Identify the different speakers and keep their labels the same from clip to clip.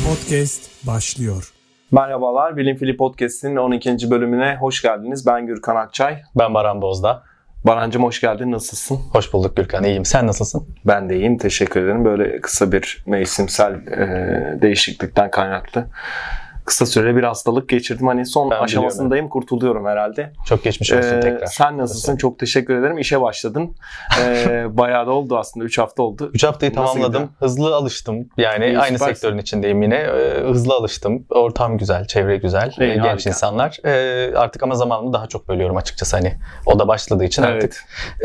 Speaker 1: Podcast başlıyor.
Speaker 2: Merhabalar, Bilim Fili Podcast'in 12. bölümüne hoş geldiniz. Ben Gürkan Akçay.
Speaker 3: Ben Baran Bozdağ.
Speaker 2: Barancığım hoş geldin, nasılsın?
Speaker 3: Hoş bulduk Gürkan, iyiyim. Sen nasılsın?
Speaker 2: Ben de iyiyim, teşekkür ederim. Böyle kısa bir mevsimsel değişiklikten kaynaklı kısa süreli bir hastalık geçirdim. Hani son aşamasındayım, kurtuluyorum herhalde.
Speaker 3: Çok geçmiş olsun tekrar.
Speaker 2: Sen nasılsın? Çok teşekkür ederim. İşe başladın. Bayağı da oldu aslında, 3 hafta oldu.
Speaker 3: 3 haftayı tamamladım. Hızlı alıştım. Yani aynı sektörün içindeyim yine. Hızlı alıştım. Ortam güzel, çevre güzel, genç harika insanlar. Artık ama zamanımı daha çok bölüyorum açıkçası. Hani o da başladığı için artık.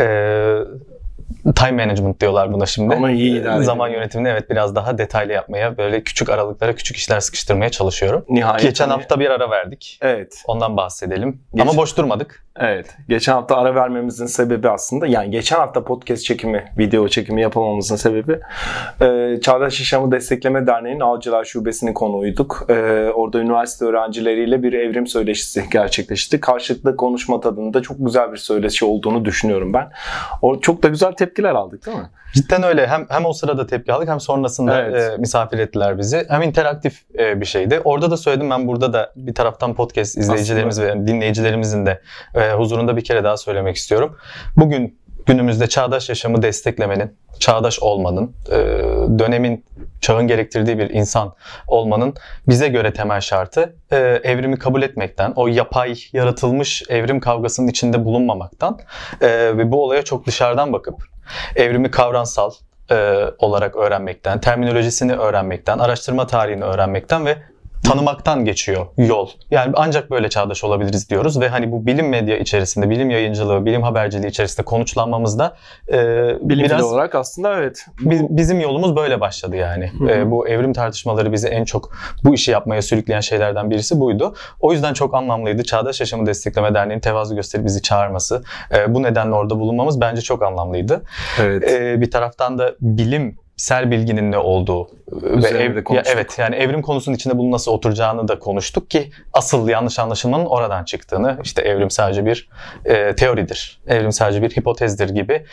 Speaker 3: Time management diyorlar buna şimdi.
Speaker 2: Ama iyi idare
Speaker 3: zaman yönetimini evet biraz daha detaylı yapmaya, böyle küçük aralıklara küçük işler sıkıştırmaya çalışıyorum.
Speaker 2: Nihayet
Speaker 3: geçen hafta bir ara verdik.
Speaker 2: Evet.
Speaker 3: Ondan bahsedelim. Ama boş durmadık.
Speaker 2: Evet. Geçen hafta ara vermemizin sebebi aslında, yani geçen hafta podcast çekimi, video çekimi yapamamızın sebebi Çağdaş Yaşamı Destekleme Derneği'nin Avcılar Şubesi'nin konuğuyduk. Orada üniversite öğrencileriyle bir evrim söyleşisi gerçekleşti. Karşılıklı konuşma tadında çok güzel bir söyleşi olduğunu düşünüyorum ben. Çok da güzel tepkiler aldık değil mi?
Speaker 3: Cidden öyle. Hem o sırada tepki aldık hem sonrasında misafir ettiler bizi. Hem interaktif bir şeydi. Orada da söyledim, ben burada da bir taraftan podcast izleyicilerimiz ve dinleyicilerimizin de huzurunda bir kere daha söylemek istiyorum. Bugün günümüzde çağdaş yaşamı desteklemenin, çağdaş olmanın, dönemin, çağın gerektirdiği bir insan olmanın bize göre temel şartı evrimi kabul etmekten, o yapay, yaratılmış evrim kavgasının içinde bulunmamaktan ve bu olaya çok dışarıdan bakıp evrimi kavramsal olarak öğrenmekten, terminolojisini öğrenmekten, araştırma tarihini öğrenmekten ve tanımaktan geçiyor yol. Yani ancak böyle çağdaş olabiliriz diyoruz ve hani bu bilim medya içerisinde, bilim yayıncılığı, bilim haberciliği içerisinde konuşlanmamızda
Speaker 2: bilimsel olarak aslında evet.
Speaker 3: Bizim yolumuz böyle başladı yani. Bu evrim tartışmaları bizi en çok bu işi yapmaya sürükleyen şeylerden birisi buydu. O yüzden çok anlamlıydı. Çağdaş Yaşamı Destekleme Derneği'nin tevazu gösterip bizi çağırması, bu nedenle orada bulunmamız bence çok anlamlıydı.
Speaker 2: Evet.
Speaker 3: Bir taraftan da bilimsel bilginin ne olduğu ve yani evrim konusunun içinde bunun nasıl oturacağını da konuştuk ki asıl yanlış anlaşılmanın oradan çıktığını, işte evrim sadece bir teoridir, evrim sadece bir hipotezdir gibi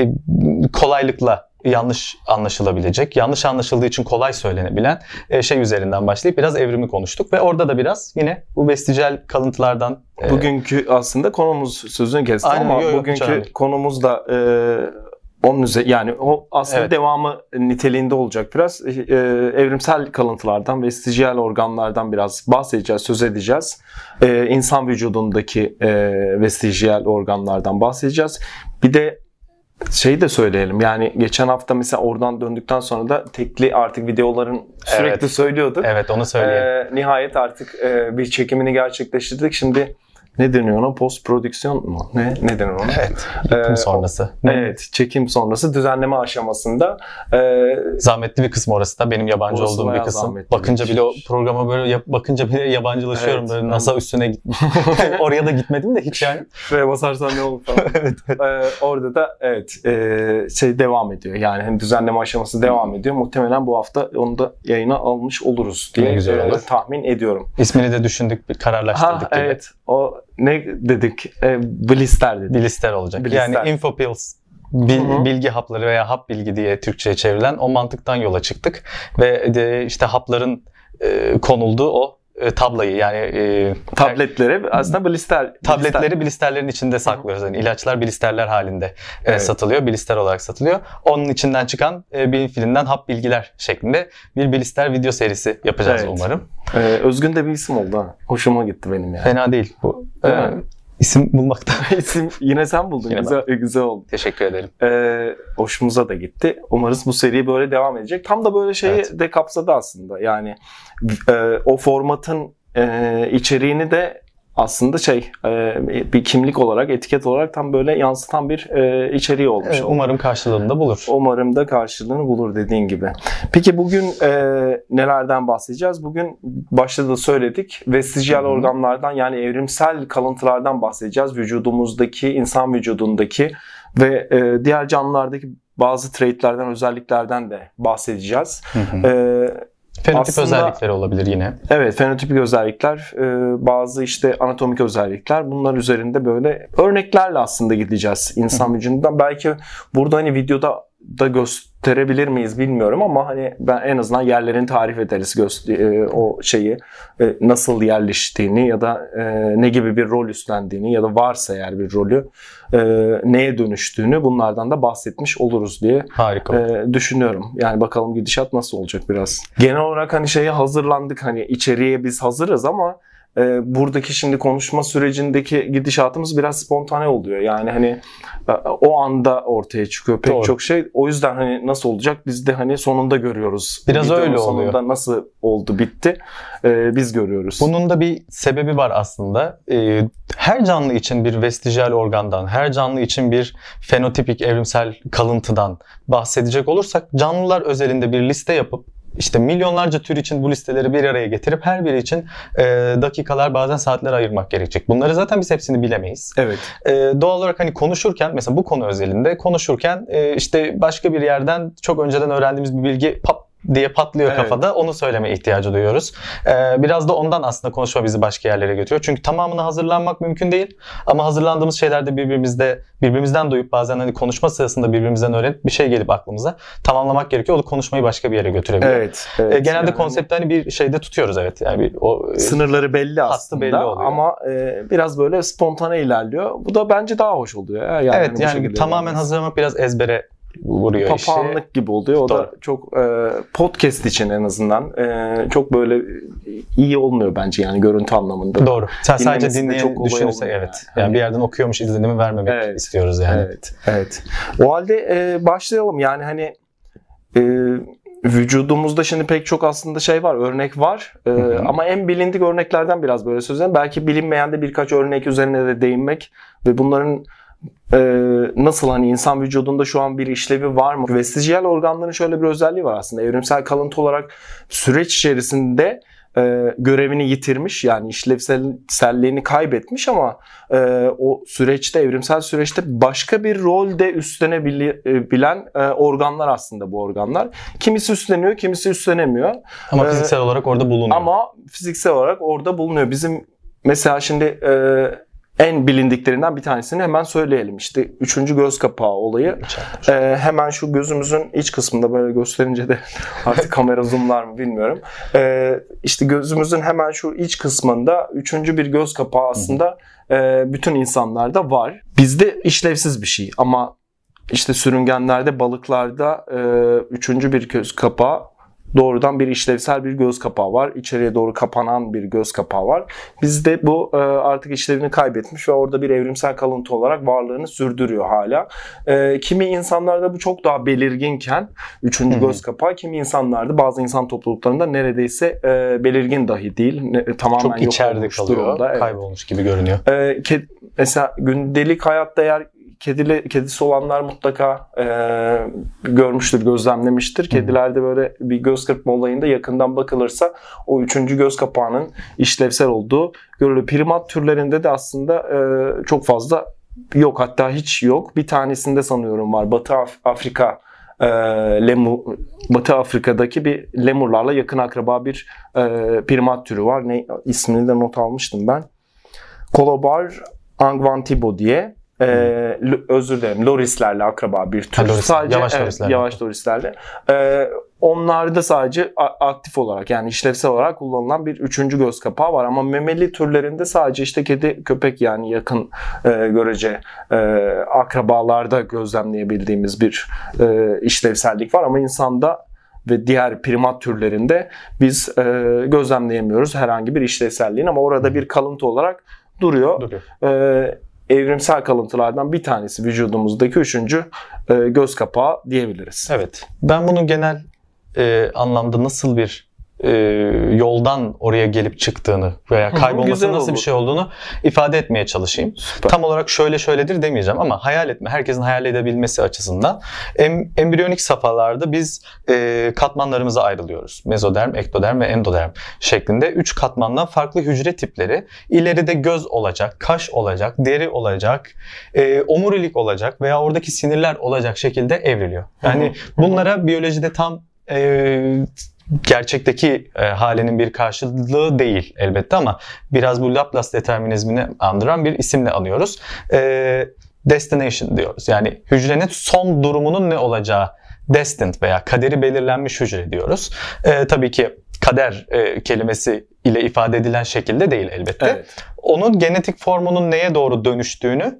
Speaker 3: kolaylıkla yanlış anlaşılabilecek, yanlış anlaşıldığı için kolay söylenebilen şey üzerinden başlayıp biraz evrimi konuştuk ve orada da biraz yine bu vestijel kalıntılardan
Speaker 2: bugünkü aslında konumuz, sözünü kestim ama bugünkü konumuz da onun üzerine, yani o aslında devamı niteliğinde olacak biraz. Evrimsel kalıntılardan, vestijel organlardan biraz bahsedeceğiz, söz edeceğiz. İnsan vücudundaki vestijel organlardan bahsedeceğiz. Bir de şeyi de söyleyelim, yani geçen hafta mesela oradan döndükten sonra da tekli artık videoların sürekli söylüyorduk.
Speaker 3: Evet, onu söyleyelim.
Speaker 2: Nihayet artık bir çekimini gerçekleştirdik. Şimdi ne deniyor ona? Post prodüksiyon mu? Ne deniyor ona?
Speaker 3: Evet. Çekim sonrası.
Speaker 2: Evet. Çekim sonrası düzenleme aşamasında.
Speaker 3: Zahmetli bir kısmı orası da. Benim yabancı olduğum bir kısım. Bakınca bile o programa böyle bakınca bile yabancılaşıyorum. Böyle NASA üstüne gitmiş. Oraya da gitmedim de hiç yani.
Speaker 2: Şuraya basarsan ne olur falan. Orada da şey devam ediyor. Yani hani düzenleme aşaması devam ediyor. Muhtemelen bu hafta onu da yayına almış oluruz diye tahmin ediyorum.
Speaker 3: İsmini de düşündük, bir kararlaştırdık gibi.
Speaker 2: Evet. O ne dedik? Blister dedik.
Speaker 3: Blister olacak. Blister. Yani infopills, bilgi hapları veya hap bilgi diye Türkçe'ye çevrilen o mantıktan yola çıktık. Ve işte hapların konulduğu o tablayı, yani
Speaker 2: tabletleri aslında
Speaker 3: blisterlerin içinde saklıyoruz. Yani ilaçlar blisterler halinde satılıyor. Blister olarak satılıyor. Onun içinden çıkan bilim filinden hap bilgiler şeklinde bir blister video serisi yapacağız umarım.
Speaker 2: Özgün de bir isim oldu ha. Hoşuma gitti benim yani.
Speaker 3: Fena değil bu. İsim bulmakta.
Speaker 2: İsim yine sen buldun. Güzel oldu.
Speaker 3: Teşekkür ederim.
Speaker 2: Hoşumuza da gitti. Umarız bu seri böyle devam edecek. Tam da böyle şeyi de kapsadı aslında. Yani o formatın içeriğini de aslında bir kimlik olarak, etiket olarak tam böyle yansıtan bir içeriği olmuş.
Speaker 3: Umarım karşılığını da bulur.
Speaker 2: Umarım da karşılığını bulur dediğin gibi. Peki bugün nelerden bahsedeceğiz? Bugün başta da söyledik. Vestijel organlardan, yani evrimsel kalıntılardan bahsedeceğiz. Vücudumuzdaki, insan vücudundaki ve diğer canlılardaki bazı traitlerden, özelliklerden de bahsedeceğiz.
Speaker 3: Fenotip özellikleri olabilir yine.
Speaker 2: Evet, fenotipik özellikler, bazı işte anatomik özellikler, bunlar üzerinde böyle örneklerle aslında gideceğiz insan vücudundan. Belki burada hani videoda da gösterebilir miyiz bilmiyorum ama hani ben en azından yerlerini tarif ederiz, o şeyi nasıl yerleştiğini ya da ne gibi bir rol üstlendiğini ya da varsa eğer bir rolü neye dönüştüğünü bunlardan da bahsetmiş oluruz diye düşünüyorum. Yani bakalım gidişat nasıl olacak biraz. Genel olarak hani şeye hazırlandık, hani içeriye biz hazırız ama buradaki şimdi konuşma sürecindeki gidişatımız biraz spontane oluyor. Yani hani o anda ortaya çıkıyor pek çok şey. O yüzden hani nasıl olacak biz de hani sonunda görüyoruz.
Speaker 3: Biraz öyle
Speaker 2: sonunda
Speaker 3: oluyor.
Speaker 2: Nasıl oldu bitti biz görüyoruz.
Speaker 3: Bunun da bir sebebi var aslında. Her canlı için bir vestijal organdan, her canlı için bir fenotipik evrimsel kalıntıdan bahsedecek olursak canlılar özelinde bir liste yapıp İşte milyonlarca tür için bu listeleri bir araya getirip her biri için dakikalar bazen saatler ayırmak gerekecek. Bunları zaten biz hepsini bilemeyiz.
Speaker 2: Evet.
Speaker 3: Doğal olarak hani konuşurken mesela bu konu özelinde konuşurken işte başka bir yerden çok önceden öğrendiğimiz bir bilgi diye patlıyor kafada. Onu söyleme ihtiyacı duyuyoruz. Biraz da ondan aslında konuşma bizi başka yerlere götürüyor. Çünkü tamamına hazırlanmak mümkün değil. Ama hazırlandığımız şeyler de birbirimizden duyup bazen hani konuşma sırasında birbirimizden öğrenip bir şey gelip aklımıza tamamlamak gerekiyor. O da konuşmayı başka bir yere götürebiliyor.
Speaker 2: Evet.
Speaker 3: Genelde
Speaker 2: yani
Speaker 3: konsepti hani bir şeyde tutuyoruz Yani
Speaker 2: sınırları belli aslında
Speaker 3: belli oluyor.
Speaker 2: Ama biraz böyle spontane ilerliyor. Bu da bence daha hoş oluyor.
Speaker 3: Yani yani tamamen hazırlamak biraz ezbere vuruyor
Speaker 2: papağanlık
Speaker 3: işi.
Speaker 2: gibi oluyor. O da çok podcast için en azından çok böyle iyi olmuyor bence yani görüntü anlamında.
Speaker 3: Doğru. Sen sadece dinleyen düşünürse Yani bir yerden okuyormuş izlenimi vermemek istiyoruz yani.
Speaker 2: Evet. O halde başlayalım. Yani hani vücudumuzda şimdi pek çok aslında şey var, örnek var. Ama en bilindik örneklerden biraz böyle söz edelim. Belki bilinmeyen de birkaç örnek üzerine de değinmek ve bunların nasıl hani insan vücudunda şu an bir işlevi var mı? Vestijal organların şöyle bir özelliği var aslında. Evrimsel kalıntı olarak süreç içerisinde görevini yitirmiş, yani işlevselliğini kaybetmiş ama o süreçte, evrimsel süreçte başka bir rol de üstlenebilen organlar aslında bu organlar. Kimisi üstleniyor, kimisi üstlenemiyor.
Speaker 3: Ama fiziksel olarak orada bulunuyor. Bizim mesela şimdi en bilindiklerinden bir tanesini hemen söyleyelim. İşte 3. göz kapağı olayı. Hemen şu gözümüzün iç kısmında böyle gösterince de artık kamera zoomlar mı bilmiyorum. İşte gözümüzün hemen şu iç kısmında 3. bir göz kapağı aslında bütün insanlarda var. Bizde işlevsiz bir şey ama işte sürüngenlerde, balıklarda 3. bir göz kapağı, doğrudan bir işlevsel bir göz kapağı var. İçeriye doğru kapanan bir göz kapağı var. Bizde bu artık işlevini kaybetmiş ve orada bir evrimsel kalıntı olarak varlığını sürdürüyor hala. Kimi insanlarda bu çok daha belirginken 3. göz kapağı, kimi insanlarda, bazı insan topluluklarında neredeyse belirgin dahi değil. Tamamen çok
Speaker 2: yok
Speaker 3: içeride
Speaker 2: olmuş
Speaker 3: kalıyor,
Speaker 2: durumda.
Speaker 3: kaybolmuş gibi görünüyor.
Speaker 2: Mesela gündelik hayatta eğer kedisi olanlar mutlaka görmüştür, gözlemlemiştir. Kedilerde böyle bir göz kırpma olayında yakından bakılırsa o 3. göz kapağının işlevsel olduğu görülür. Primat türlerinde de aslında çok fazla yok, hatta hiç yok. Bir tanesinde sanıyorum var. Batı Afrika'daki bir lemurlarla yakın akraba bir primat türü var. İsmini de not almıştım ben. Colobar angwantibo diye. Özür dilerim. Lorislerle akraba bir tür. Sadece yavaş lorislerle. Onlarda sadece aktif olarak, yani işlevsel olarak kullanılan bir 3. göz kapağı var ama memeli türlerinde sadece işte kedi, köpek, yani yakın görece akrabalarda gözlemleyebildiğimiz bir işlevsellik var ama insanda ve diğer primat türlerinde biz gözlemleyemiyoruz herhangi bir işlevselliğin ama orada bir kalıntı olarak duruyor. Evrimsel kalıntılardan bir tanesi vücudumuzdaki 3. göz kapağı diyebiliriz.
Speaker 3: Evet. Ben bunun genel anlamda nasıl bir yoldan oraya gelip çıktığını veya kaybolması nasıl bir şey olduğunu ifade etmeye çalışayım.
Speaker 2: Süper.
Speaker 3: Tam olarak şöyledir demeyeceğim ama hayal etme, herkesin hayal edebilmesi açısından embriyonik safhalarda biz katmanlarımıza ayrılıyoruz. Mezoderm, ektoderm ve endoderm şeklinde 3 katmandan farklı hücre tipleri, ileride göz olacak, kaş olacak, deri olacak, omurilik olacak veya oradaki sinirler olacak şekilde evriliyor. Yani bunlara biyolojide tam gerçekteki halinin bir karşılığı değil elbette ama biraz bu Laplace determinizmini andıran bir isimle anıyoruz. destination diyoruz. Yani hücrenin son durumunun ne olacağı destined veya kaderi belirlenmiş hücre diyoruz. Tabii ki kader kelimesi ile ifade edilen şekilde değil elbette.
Speaker 2: Evet.
Speaker 3: Onun genetik formunun neye doğru dönüştüğünü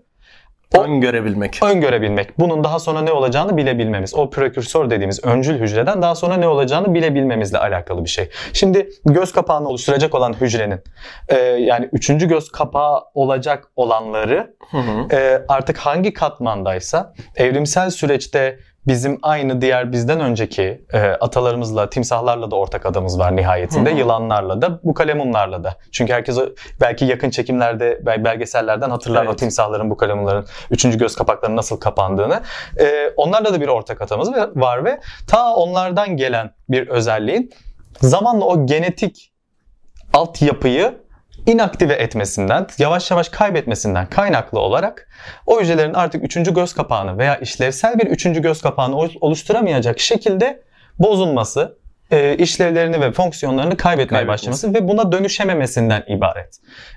Speaker 3: öngörebilmek. Bunun daha sonra ne olacağını bilebilmemiz. O prekürsör dediğimiz öncül hücreden daha sonra ne olacağını bilebilmemizle alakalı bir şey. Şimdi göz kapağını oluşturacak olan hücrenin yani 3. göz kapağı olacak olanları artık hangi katmandaysa evrimsel süreçte bizim aynı diğer bizden önceki atalarımızla, timsahlarla da ortak adamız var nihayetinde. Yılanlarla da, bukalemunlarla da. Çünkü herkes belki yakın çekimlerde, belgesellerden hatırlar o timsahların, bukalemunların 3. göz kapaklarının nasıl kapandığını. Onlarla da bir ortak atamız var ve ta onlardan gelen bir özelliğin zamanla o genetik altyapıyı inaktive etmesinden, yavaş yavaş kaybetmesinden kaynaklı olarak o hücrelerin artık 3. göz kapağını veya işlevsel bir 3. göz kapağını oluşturamayacak şekilde bozulması, işlevlerini ve fonksiyonlarını kaybetmeye başlaması ve buna dönüşememesinden ibaret.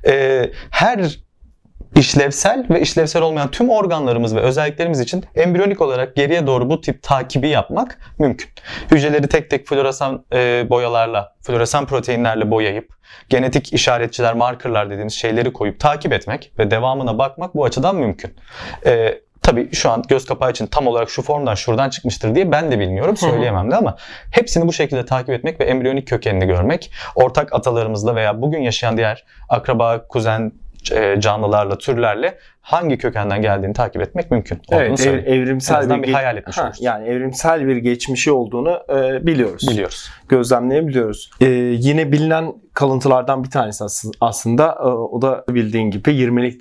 Speaker 3: Her işlevsel ve işlevsel olmayan tüm organlarımız ve özelliklerimiz için embriyonik olarak geriye doğru bu tip takibi yapmak mümkün. Hücreleri tek tek floresan boyalarla, floresan proteinlerle boyayıp, genetik işaretçiler, markerlar dediğimiz şeyleri koyup takip etmek ve devamına bakmak bu açıdan mümkün. Tabii şu an göz kapağı için tam olarak şu formdan şuradan çıkmıştır diye ben de bilmiyorum, söyleyemem de ama hepsini bu şekilde takip etmek ve embriyonik kökenini görmek, ortak atalarımızla veya bugün yaşayan diğer akraba, kuzen canlılarla, türlerle hangi kökenden geldiğini takip etmek mümkün.
Speaker 2: Evet, evrimsel
Speaker 3: bir hayal etmiş oluruz.
Speaker 2: Yani evrimsel bir geçmişi olduğunu biliyoruz. Gözlemleyebiliyoruz. Yine bilinen kalıntılardan bir tanesi aslında o da bildiğin gibi 20'lik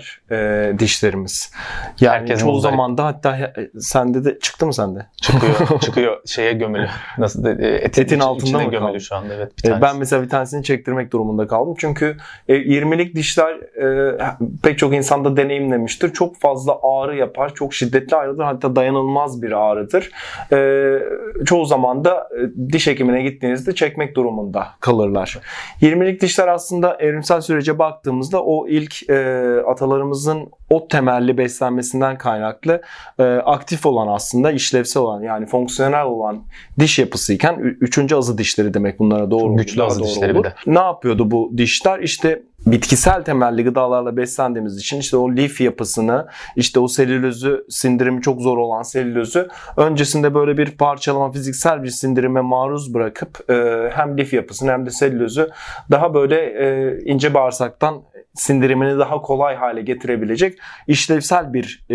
Speaker 2: dişlerimiz. Yani herkesin çoğu zaman da hatta sende de çıktı mı sende?
Speaker 3: Çıkıyor şeye gömülü. Nasıl
Speaker 2: etin altında mı
Speaker 3: gömülü şu anda? Evet.
Speaker 2: Ben mesela bir tanesini çektirmek durumunda kaldım. Çünkü 20'lik dişler pek çok insanda deneyimlemiştir. Çok fazla ağrı yapar. Çok şiddetli ağrıdır. Hatta dayanılmaz bir ağrıdır. Çoğu zaman da diş hekimine gittiğinizde çekmek durumunda kalırlar. 20'lik dişler aslında evrimsel sürece baktığımızda o ilk atalarımızın ot temelli beslenmesinden kaynaklı aktif olan aslında işlevsel olan yani fonksiyonel olan diş yapısıyken 3. azı dişleri demek bunlara doğru.
Speaker 3: Güçlü azı dişleri bir de.
Speaker 2: Ne yapıyordu bu dişler? İşte bitkisel temelli gıdalarla beslendiğimiz için işte o lif yapısını, işte o selülozü, sindirimi çok zor olan selülozü öncesinde böyle bir parçalama, fiziksel bir sindirime maruz bırakıp hem lif yapısını hem de selülozü daha böyle ince bağırsaktan sindirimini daha kolay hale getirebilecek işlevsel bir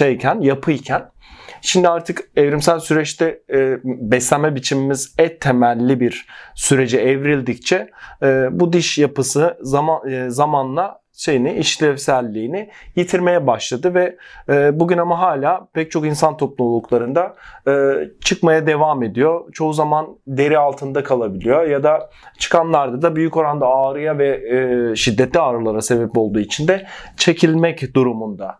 Speaker 2: yapıyken şimdi artık evrimsel süreçte beslenme biçimimiz et temelli bir sürece evrildikçe bu diş yapısı zamanla işlevselliğini yitirmeye başladı ve bugün ama hala pek çok insan topluluklarında çıkmaya devam ediyor. Çoğu zaman deri altında kalabiliyor ya da çıkanlarda da büyük oranda ağrıya ve şiddetli ağrılara sebep olduğu için de çekilmek durumunda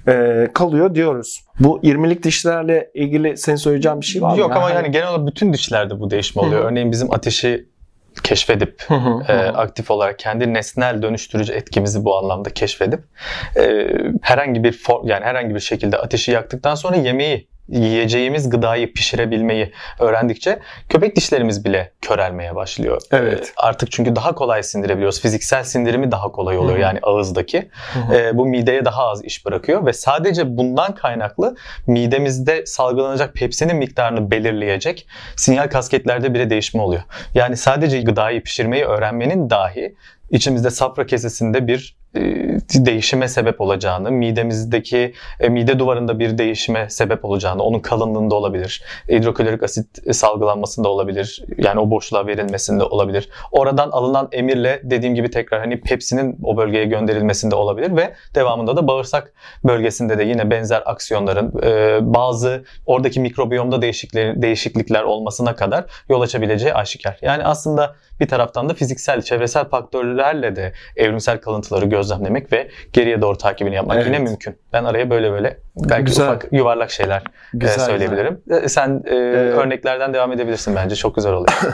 Speaker 2: kalıyor diyoruz. Bu 20'lik dişlerle ilgili senin söyleyeceğin bir şey var mı?
Speaker 3: Yok ama yani genel olarak bütün dişlerde bu değişme oluyor. Örneğin bizim ateşi keşfedip aktif olarak kendi nesnel dönüştürücü etkimizi bu anlamda keşfedip herhangi bir şekilde ateşi yaktıktan sonra yiyeceğimiz gıdayı pişirebilmeyi öğrendikçe köpek dişlerimiz bile körelmeye başlıyor.
Speaker 2: Evet.
Speaker 3: Artık çünkü daha kolay sindirebiliyoruz. Fiziksel sindirimi daha kolay oluyor yani ağızdaki. Bu mideye daha az iş bırakıyor ve sadece bundan kaynaklı midemizde salgılanacak pepsinin miktarını belirleyecek sinyal kasketlerde bile değişme oluyor. Yani sadece gıdayı pişirmeyi öğrenmenin dahi içimizde safra kesesinde bir değişime sebep olacağını, midemizdeki mide duvarında bir değişime sebep olacağını, onun kalınlığında olabilir, hidroklorik asit salgılanmasında olabilir, yani o boşluğa verilmesinde olabilir. Oradan alınan emirle dediğim gibi tekrar pepsinin o bölgeye gönderilmesinde olabilir ve devamında da bağırsak bölgesinde de yine benzer aksiyonların bazı oradaki mikrobiyomda değişiklikler olmasına kadar yol açabileceği aşikar. Yani aslında bir taraftan da fiziksel, çevresel faktörlerle de evrimsel kalıntıları gözlemlemek ve geriye doğru takibini yapmak yine mümkün. Ben araya böyle belki ufak yuvarlak şeyler söyleyebilirim. Sen örneklerden devam edebilirsin bence. Çok güzel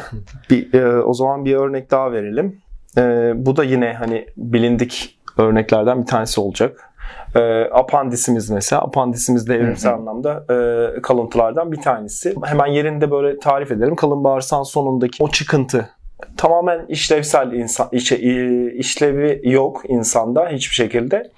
Speaker 3: oluyor.
Speaker 2: O zaman bir örnek daha verelim. Bu da yine bilindik örneklerden bir tanesi olacak. Apandisimiz mesela. Apandisimiz de evrimsel anlamda kalıntılardan bir tanesi. Hemen yerinde böyle tarif edelim. Kalın bağırsağın sonundaki o çıkıntı tamamen işlevsel, işlevi yok insanda hiçbir şekilde.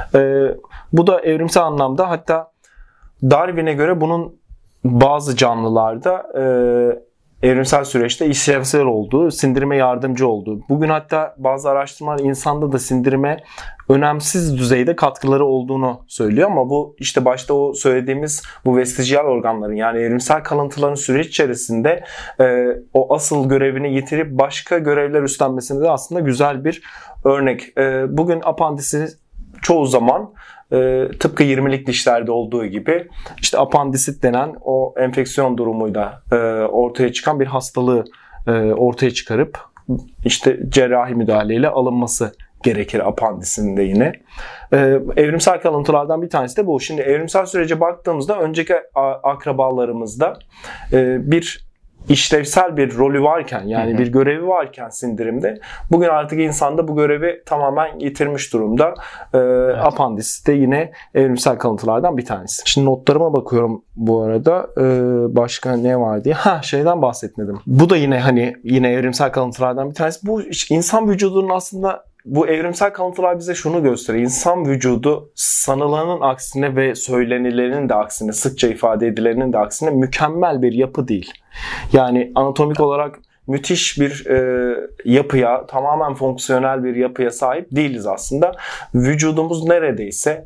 Speaker 2: Bu da evrimsel anlamda, hatta Darwin'e göre bunun bazı canlılarda evrimsel süreçte işlevsel olduğu, sindirime yardımcı olduğu. Bugün hatta bazı araştırmalar insanda da sindirime önemsiz düzeyde katkıları olduğunu söylüyor, ama bu işte başta o söylediğimiz bu vestijyal organların, yani evrimsel kalıntıların süreç içerisinde o asıl görevini yitirip başka görevler üstlenmesinde de aslında güzel bir örnek. Bugün apandisi çoğu zaman tıpkı 20'lik dişlerde olduğu gibi işte apandisit denen o enfeksiyon durumuyla ortaya çıkan bir hastalığı ortaya çıkarıp işte cerrahi müdahaleyle alınması gerekir apandisin de yine. Evrimsel kalıntılardan bir tanesi de bu. Şimdi evrimsel sürece baktığımızda önceki akrabalarımızda bir işlevsel bir rolü varken, yani bir görevi varken sindirimde, bugün artık insanda bu görevi tamamen yitirmiş durumda. Evet. Apandis de yine evrimsel kalıntılardan bir tanesi. Şimdi notlarıma bakıyorum bu arada. Başka ne var diye. Şeyden bahsetmedim. Bu da yine evrimsel kalıntılardan bir tanesi. Bu insan vücudunun aslında, bu evrimsel kalıntılar bize şunu gösteriyor. İnsan vücudu sanılanın aksine ve söylenilenin de aksine, sıkça ifade edilenin de aksine mükemmel bir yapı değil. Yani anatomik olarak müthiş bir yapıya, tamamen fonksiyonel bir yapıya sahip değiliz aslında. Vücudumuz neredeyse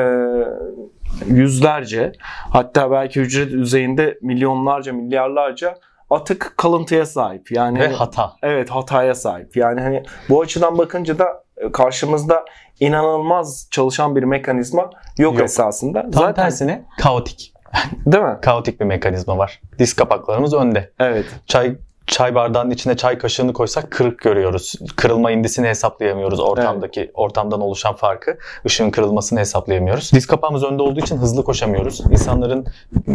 Speaker 2: yüzlerce, hatta belki hücre düzeyinde milyonlarca, milyarlarca atık kalıntıya sahip. Yani
Speaker 3: ve hata.
Speaker 2: Evet, hataya sahip. Yani bu açıdan bakınca da karşımızda inanılmaz çalışan bir mekanizma yok esasında.
Speaker 3: Tam zaten tersine kaotik.
Speaker 2: Değil mi?
Speaker 3: Kaotik bir mekanizma var. Diz kapaklarımız önde.
Speaker 2: Evet.
Speaker 3: Çay bardağının içine çay kaşığını koysak kırık görüyoruz. Kırılma indisini hesaplayamıyoruz, ortamdan oluşan farkı. Işığın kırılmasını hesaplayamıyoruz. Diz kapağımız önde olduğu için hızlı koşamıyoruz. İnsanların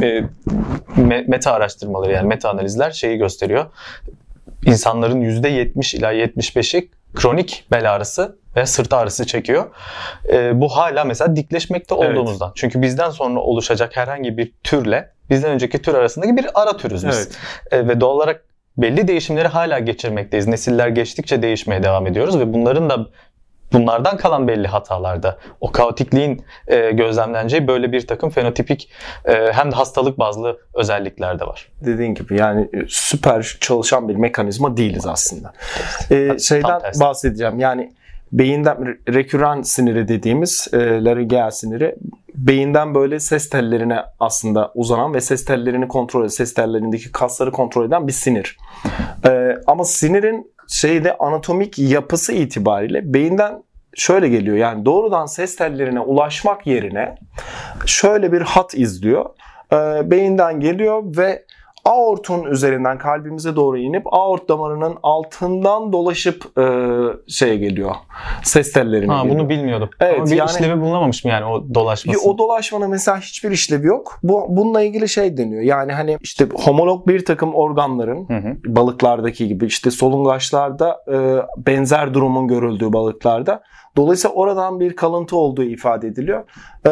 Speaker 3: meta araştırmaları, yani meta analizler şeyi gösteriyor. İnsanların %70 ila 75'i kronik bel ağrısı ve sırt ağrısı çekiyor. Bu hala mesela dikleşmekte olduğumuzdan. Evet. Çünkü bizden sonra oluşacak herhangi bir türle bizden önceki tür arasındaki bir ara türüz biz. Evet. Ve doğal olarak belli değişimleri hala geçirmekteyiz. Nesiller geçtikçe değişmeye devam ediyoruz ve bunlardan kalan belli hatalarda o kaotikliğin gözlemleneceği böyle bir takım fenotipik hem de hastalık bazlı özellikler de var.
Speaker 2: Dediğin gibi yani süper çalışan bir mekanizma değiliz aslında. Şeyden bahsedeceğim. Yani beyinden reküren siniri dediğimiz laryngeal siniri, beyinden böyle ses tellerine aslında uzanan ve ses tellerini kontrol eden, ses tellerindeki kasları kontrol eden bir sinir. Ama sinirin anatomik yapısı itibariyle beyinden şöyle geliyor. Yani doğrudan ses tellerine ulaşmak yerine şöyle bir hat izliyor. Beyinden geliyor ve aortun üzerinden kalbimize doğru inip aort damarının altından dolaşıp geliyor. Ses tellerine geliyor.
Speaker 3: Bunu bilmiyordum. Evet, ama bir işlevi bulunamamış mı yani o dolaşması?
Speaker 2: O dolaşmanın mesela hiçbir işlevi yok. Bununla ilgili deniyor. Yani işte homolog bir takım organların, balıklardaki gibi, işte solungaçlarda benzer durumun görüldüğü balıklarda, dolayısıyla oradan bir kalıntı olduğu ifade ediliyor.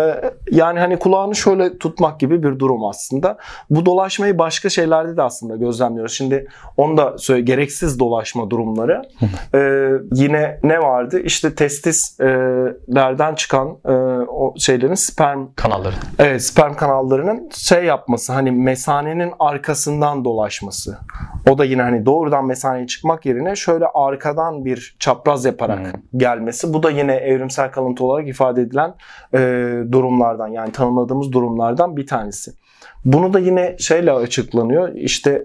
Speaker 2: Yani kulağını şöyle tutmak gibi bir durum aslında. Bu dolaşmayı başka şeylerde de aslında gözlemliyoruz. Şimdi onu da gereksiz dolaşma durumları. Yine ne vardı? İşte testislerden çıkan o şeylerin sperm
Speaker 3: kanalları.
Speaker 2: Evet, sperm kanallarının yapması, mesanenin arkasından dolaşması. O da yine doğrudan mesaneye çıkmak yerine şöyle arkadan bir çapraz yaparak gelmesi. Bu da yine evrimsel kalıntı olarak ifade edilen durumlardan, yani tanımladığımız durumlardan bir tanesi. Bunu da yine açıklanıyor. İşte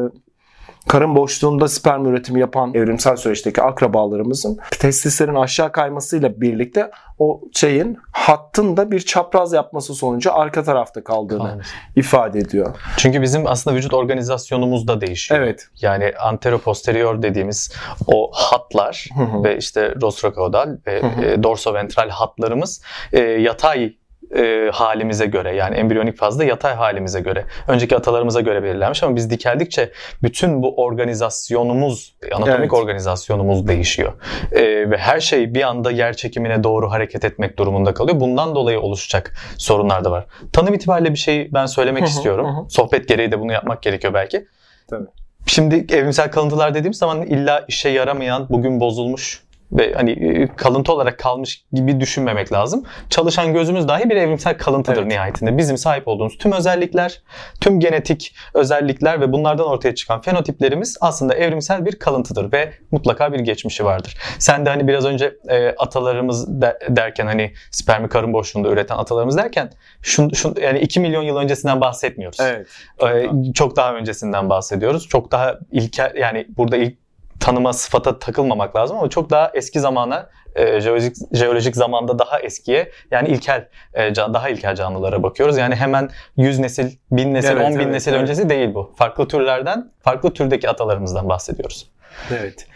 Speaker 2: karın boşluğunda sperm üretimi yapan evrimsel süreçteki akrabalarımızın testislerin aşağı kaymasıyla birlikte o hattın da bir çapraz yapması sonucu arka tarafta kaldığını ifade ediyor.
Speaker 3: Çünkü bizim aslında vücut organizasyonumuz da değişiyor.
Speaker 2: Evet.
Speaker 3: Yani antero-posterior dediğimiz o hatlar ve işte rostrokaudal ve dorsoventral hatlarımız yatay halimize göre, yani embriyonik fazda yatay halimize göre, önceki atalarımıza göre belirlenmiş ama biz dikeldikçe bütün bu organizasyonumuz, anatomik organizasyonumuz değişiyor. Ve her şey bir anda yer çekimine doğru hareket etmek durumunda kalıyor. Bundan dolayı oluşacak sorunlar da var. Tanım itibariyle bir şey ben söylemek istiyorum. Sohbet gereği de bunu yapmak gerekiyor belki.
Speaker 2: Tabii.
Speaker 3: Şimdi evrimsel kalıntılar dediğimiz zaman illa işe yaramayan, bugün bozulmuş ve hani kalıntı olarak kalmış gibi düşünmemek lazım. Çalışan gözümüz dahi bir evrimsel kalıntıdır nihayetinde. Bizim sahip olduğumuz tüm özellikler, tüm genetik özellikler ve bunlardan ortaya çıkan fenotiplerimiz aslında evrimsel bir kalıntıdır ve mutlaka bir geçmişi vardır. Sen de hani biraz önce atalarımız derken, hani spermi karın boşluğunda üreten atalarımız derken yani 2 milyon yıl öncesinden bahsetmiyoruz. Evet. Çok daha öncesinden bahsediyoruz. Çok daha ilkel, yani burada ilk tanıma, sıfata takılmamak lazım ama çok daha eski zamana, jeolojik zamanda daha eskiye, yani ilkel, daha ilkel canlılara bakıyoruz. Yani hemen 100 nesil, 1000 nesil, 10 bin nesil öncesi değil bu. Farklı türlerden, farklı türdeki atalarımızdan bahsediyoruz.
Speaker 2: Evet.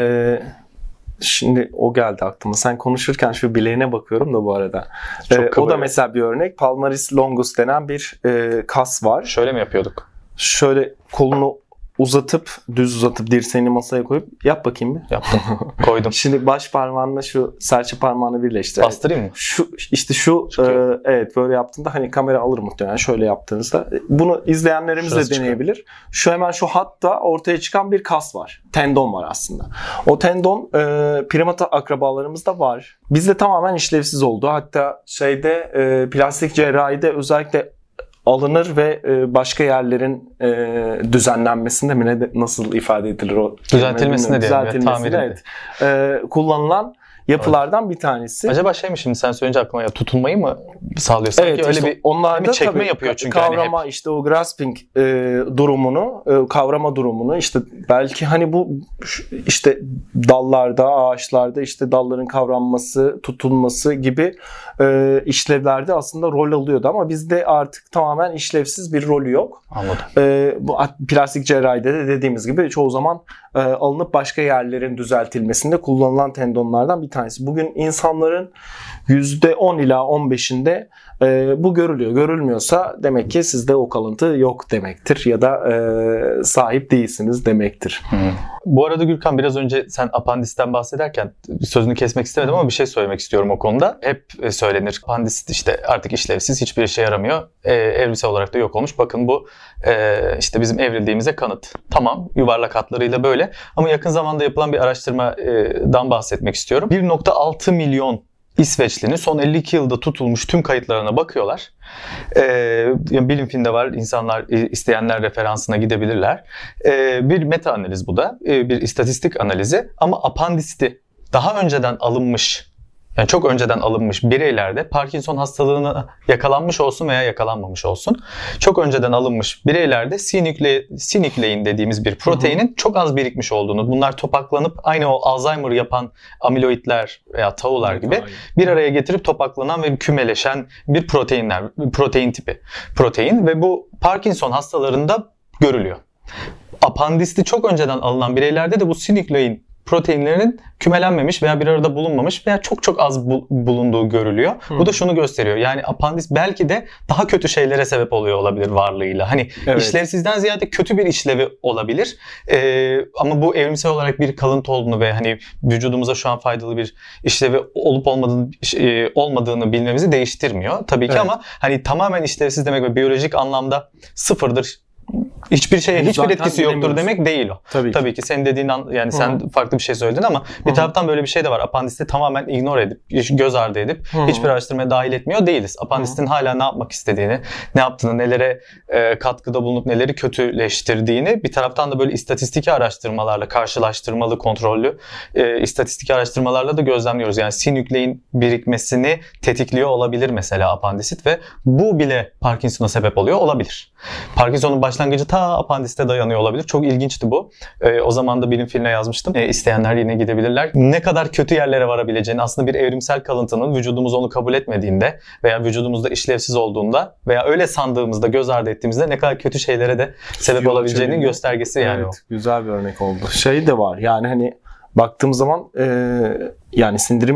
Speaker 2: Şimdi o geldi aklıma. Sen konuşurken şu bileğine bakıyorum da bu arada. O da mesela bir örnek. Palmaris longus denen bir kas var.
Speaker 3: Şöyle mi yapıyorduk?
Speaker 2: Şöyle kolunu düz uzatıp dirseğini masaya koyup yap bakayım bir.
Speaker 3: Yaptım. Koydum.
Speaker 2: Şimdi baş parmağınla şu serçe parmağını birleştir.
Speaker 3: Bastırayım mı?
Speaker 2: Evet, böyle yaptığında hani kamera alır muhtemelen, şöyle yaptığınızda. Bunu izleyenlerimiz de deneyebilir. Hemen şu hatta ortaya çıkan bir kas var. Tendon var aslında. O tendon primata akrabalarımızda var. Bizde tamamen işlevsiz oldu. Hatta plastik cerrahide özellikle alınır ve başka yerlerin düzenlenmesinde mi, nasıl ifade edilir o?
Speaker 3: Düzeltilmesinde
Speaker 2: kullanılan yapılardan bir tanesi.
Speaker 3: Acaba şimdi sen söyleyince aklıma tutunmayı mı sağlıyor? Sanki
Speaker 2: evet,
Speaker 3: öyle bir
Speaker 2: onlarda
Speaker 3: çekme yapıyor çünkü.
Speaker 2: Kavrama, hani o grasping durumunu, kavrama durumunu, belki hani bu dallarda, ağaçlarda dalların kavranması, tutunması gibi işlevlerde aslında rol alıyordu ama bizde artık tamamen işlevsiz bir rolü yok.
Speaker 3: Anladım.
Speaker 2: Bu plastik cerrahide de dediğimiz gibi çoğu zaman alınıp başka yerlerin düzeltilmesinde kullanılan tendonlardan bir tanesi. Bugün insanların %10 ila 15'inde bu görülüyor. Görülmüyorsa demek ki sizde o kalıntı yok demektir ya da sahip değilsiniz demektir.
Speaker 3: Bu arada Gürkan, biraz önce sen apandisten bahsederken sözünü kesmek istemedim ama bir şey söylemek istiyorum o konuda. Hep söylenir, apandis artık işlevsiz, hiçbir işe yaramıyor. Evrimsel olarak da yok olmuş. Bakın bu bizim evrildiğimize kanıt. Tamam, yuvarlak hatlarıyla böyle ama yakın zamanda yapılan bir araştırmadan bahsetmek istiyorum. 1.6 milyon İsveçli'nin son 52 yılda tutulmuş tüm kayıtlarına bakıyorlar. Bilim filmde var, insanlar isteyenler referansına gidebilirler. Bir meta analiz bu da, bir istatistik analizi ama apandisti daha önceden alınmış, yani çok önceden alınmış bireylerde Parkinson hastalığına yakalanmış olsun veya yakalanmamış olsun, çok önceden alınmış bireylerde sinüklein dediğimiz bir proteinin çok az birikmiş olduğunu, bunlar topaklanıp aynı o Alzheimer yapan amiloidler veya taular gibi bir araya getirip topaklanan ve kümeleşen bir protein tipi protein ve bu Parkinson hastalarında görülüyor. Apandisti çok önceden alınan bireylerde de bu sinüklein proteinlerinin kümelenmemiş veya bir arada bulunmamış veya çok az bulunduğu görülüyor. Bu da şunu gösteriyor. Yani apandis belki de daha kötü şeylere sebep oluyor olabilir varlığıyla. Hani işlevsizden ziyade kötü bir işlevi olabilir. Ama bu evrimsel olarak bir kalıntı olduğunu ve hani vücudumuza şu an faydalı bir işlevi olup olmadığını bilmemizi değiştirmiyor. Tabii ki ama hani tamamen işlevsiz demek ve biyolojik anlamda sıfırdır, hiçbir şeye hiçbir etkisi yoktur demek değil o. Tabii ki senin dediğin yani sen farklı bir şey söyledin ama bir taraftan böyle bir şey de var. Apandisi tamamen ignore edip, göz ardı edip hiçbir araştırmaya dahil etmiyor değiliz. Apandistin hala ne yapmak istediğini, ne yaptığını, nelere katkıda bulunup neleri kötüleştirdiğini bir taraftan da böyle istatistik araştırmalarla, karşılaştırmalı, kontrollü istatistik araştırmalarla da gözlemliyoruz. Yani sinüklein birikmesini tetikliyor olabilir mesela apandisit ve bu bile Parkinson'a sebep oluyor olabilir. Parkinson'un başlangıcı ta apandiste dayanıyor olabilir. Çok ilginçti bu. O zaman da bilim filine yazmıştım. İsteyenler yine gidebilirler. Ne kadar kötü yerlere varabileceğini, aslında bir evrimsel kalıntının vücudumuz onu kabul etmediğinde veya vücudumuzda işlevsiz olduğunda veya öyle sandığımızda, göz ardı ettiğimizde ne kadar kötü şeylere de sebep olabileceğinin göstergesi yani o.
Speaker 2: Güzel bir örnek oldu. Şey de var yani hani baktığımız zaman yani sindirim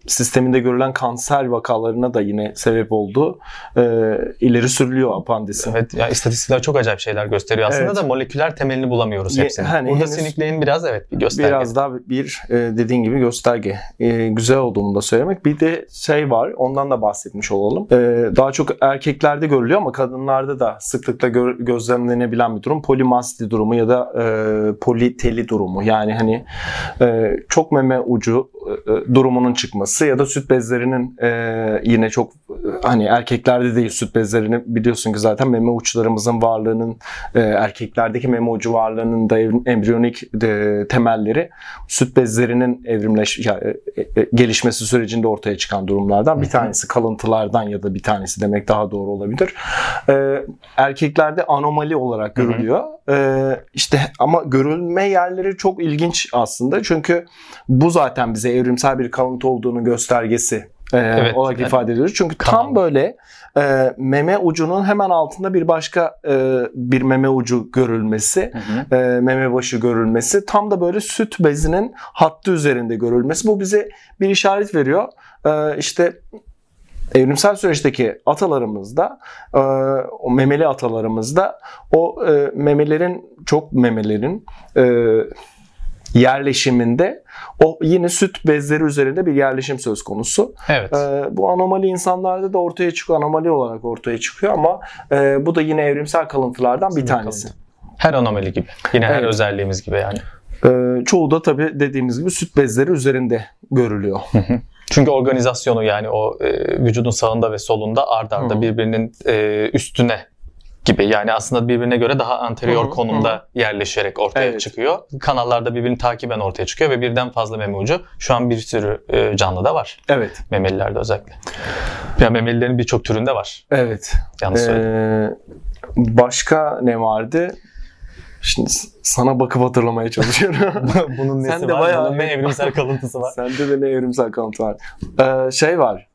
Speaker 2: sisteminde görülen kanser vakalarına da yine sebep olduğu ileri sürülüyor apandisin.
Speaker 3: Evet, ya istatistikler çok acayip şeyler gösteriyor. Aslında da moleküler temelini bulamıyoruz hepsini. Hani burada sinikleyin biraz bir gösterge.
Speaker 2: Biraz daha bir dediğin gibi gösterge. Güzel olduğunu da söylemek. Bir de şey var, ondan da bahsetmiş olalım. Daha çok erkeklerde görülüyor ama kadınlarda da sıklıkla gözlemlenebilen bir durum. Polimasti durumu ya da politeli durumu. Yani hani çok meme ucu durumunun çıkması ya da süt bezlerinin yine çok hani erkeklerde değil, süt bezlerini biliyorsun ki zaten meme uçlarımızın varlığının erkeklerdeki meme ucu varlığının da embriyonik temelleri süt bezlerinin gelişmesi sürecinde ortaya çıkan durumlardan bir tanesi, kalıntılardan ya da bir tanesi demek daha doğru olabilir. Erkeklerde anomali olarak görülüyor. İşte ama görülme yerleri çok ilginç aslında, çünkü bu zaten bize evrimsel bir kalıntı olduğunu göstergesi olarak ifade ediyoruz. Çünkü tam böyle meme ucunun hemen altında bir başka bir meme ucu görülmesi, meme başı görülmesi, tam da böyle süt bezinin hattı üzerinde görülmesi, bu bize bir işaret veriyor. İşte evrimsel süreçteki atalarımızda, o memeli atalarımızda o çok memelerin yerleşiminde o yine süt bezleri üzerinde bir yerleşim söz konusu.
Speaker 3: Evet.
Speaker 2: Bu anomali insanlarda da ortaya çıkıyor, anomali olarak ortaya çıkıyor ama bu da yine evrimsel kalıntılardan bir tanesi.
Speaker 3: Her anomali gibi, yine her özelliğimiz gibi yani.
Speaker 2: Çoğu da tabii dediğimiz gibi süt bezleri üzerinde görülüyor.
Speaker 3: Çünkü organizasyonu, yani o vücudun sağında ve solunda ard arda birbirinin üstüne gibi, yani aslında birbirine göre daha anterior konumda yerleşerek ortaya çıkıyor. Kanallarda birbirini takiben ortaya çıkıyor ve birden fazla meme ucu şu an bir sürü canlıda var.
Speaker 2: Evet.
Speaker 3: Memelilerde özellikle. Yani memelilerin birçok türünde var.
Speaker 2: Evet.
Speaker 3: Yanlış söyledim.
Speaker 2: Başka ne vardı? Şimdi sana bakıp hatırlamaya çalışıyorum.
Speaker 3: Bunun nesi Sen de var? Bunun ne evrimsel kalıntısı var?
Speaker 2: Sende de ne evrimsel kalıntı var? Şey var.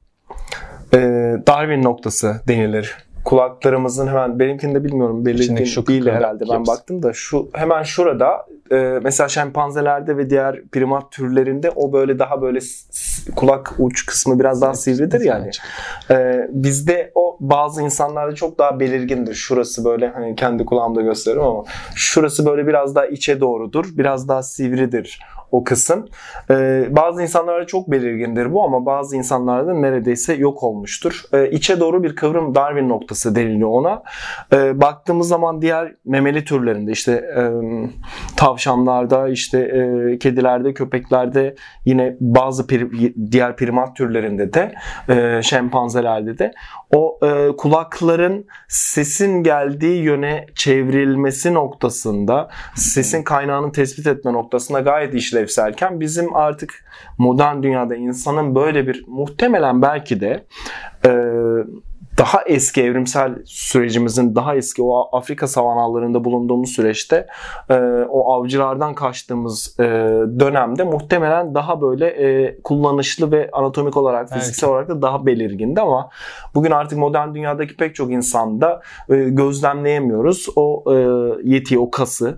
Speaker 2: Darwin noktası denilir. Kulaklarımızın hemen, benimkinde bilmiyorum, belirgin değil herhalde. Ben baktım da hemen şurada mesela şempanzelerde ve diğer primat türlerinde o böyle daha böyle kulak uç kısmı biraz daha sivridir yani. Bizde o bazı insanlarda çok daha belirgindir. Şurası böyle, hani kendi kulağımda gösteririm ama şurası böyle biraz daha içe doğrudur. Biraz daha sivridir o kısım. Bazı insanlarda çok belirgindir bu ama bazı insanlarda neredeyse yok olmuştur. İçe doğru bir kıvrım, Darwin noktası deniliyor ona. Baktığımız zaman diğer memeli türlerinde, işte tavşanlarda, işte kedilerde, köpeklerde, yine bazı diğer primat türlerinde de, şempanzelerde de o kulakların sesin geldiği yöne çevrilmesi noktasında, sesin kaynağını tespit etme noktasında gayet işlevselken, bizim artık modern dünyada insanın böyle bir, muhtemelen belki de daha eski evrimsel sürecimizin daha eski o Afrika savannalarında bulunduğumuz süreçte o avcılardan kaçtığımız dönemde muhtemelen daha böyle kullanışlı ve anatomik olarak, fiziksel olarak da daha belirgindi ama bugün artık modern dünyadaki pek çok insanda gözlemleyemiyoruz. O yetiyi, o kası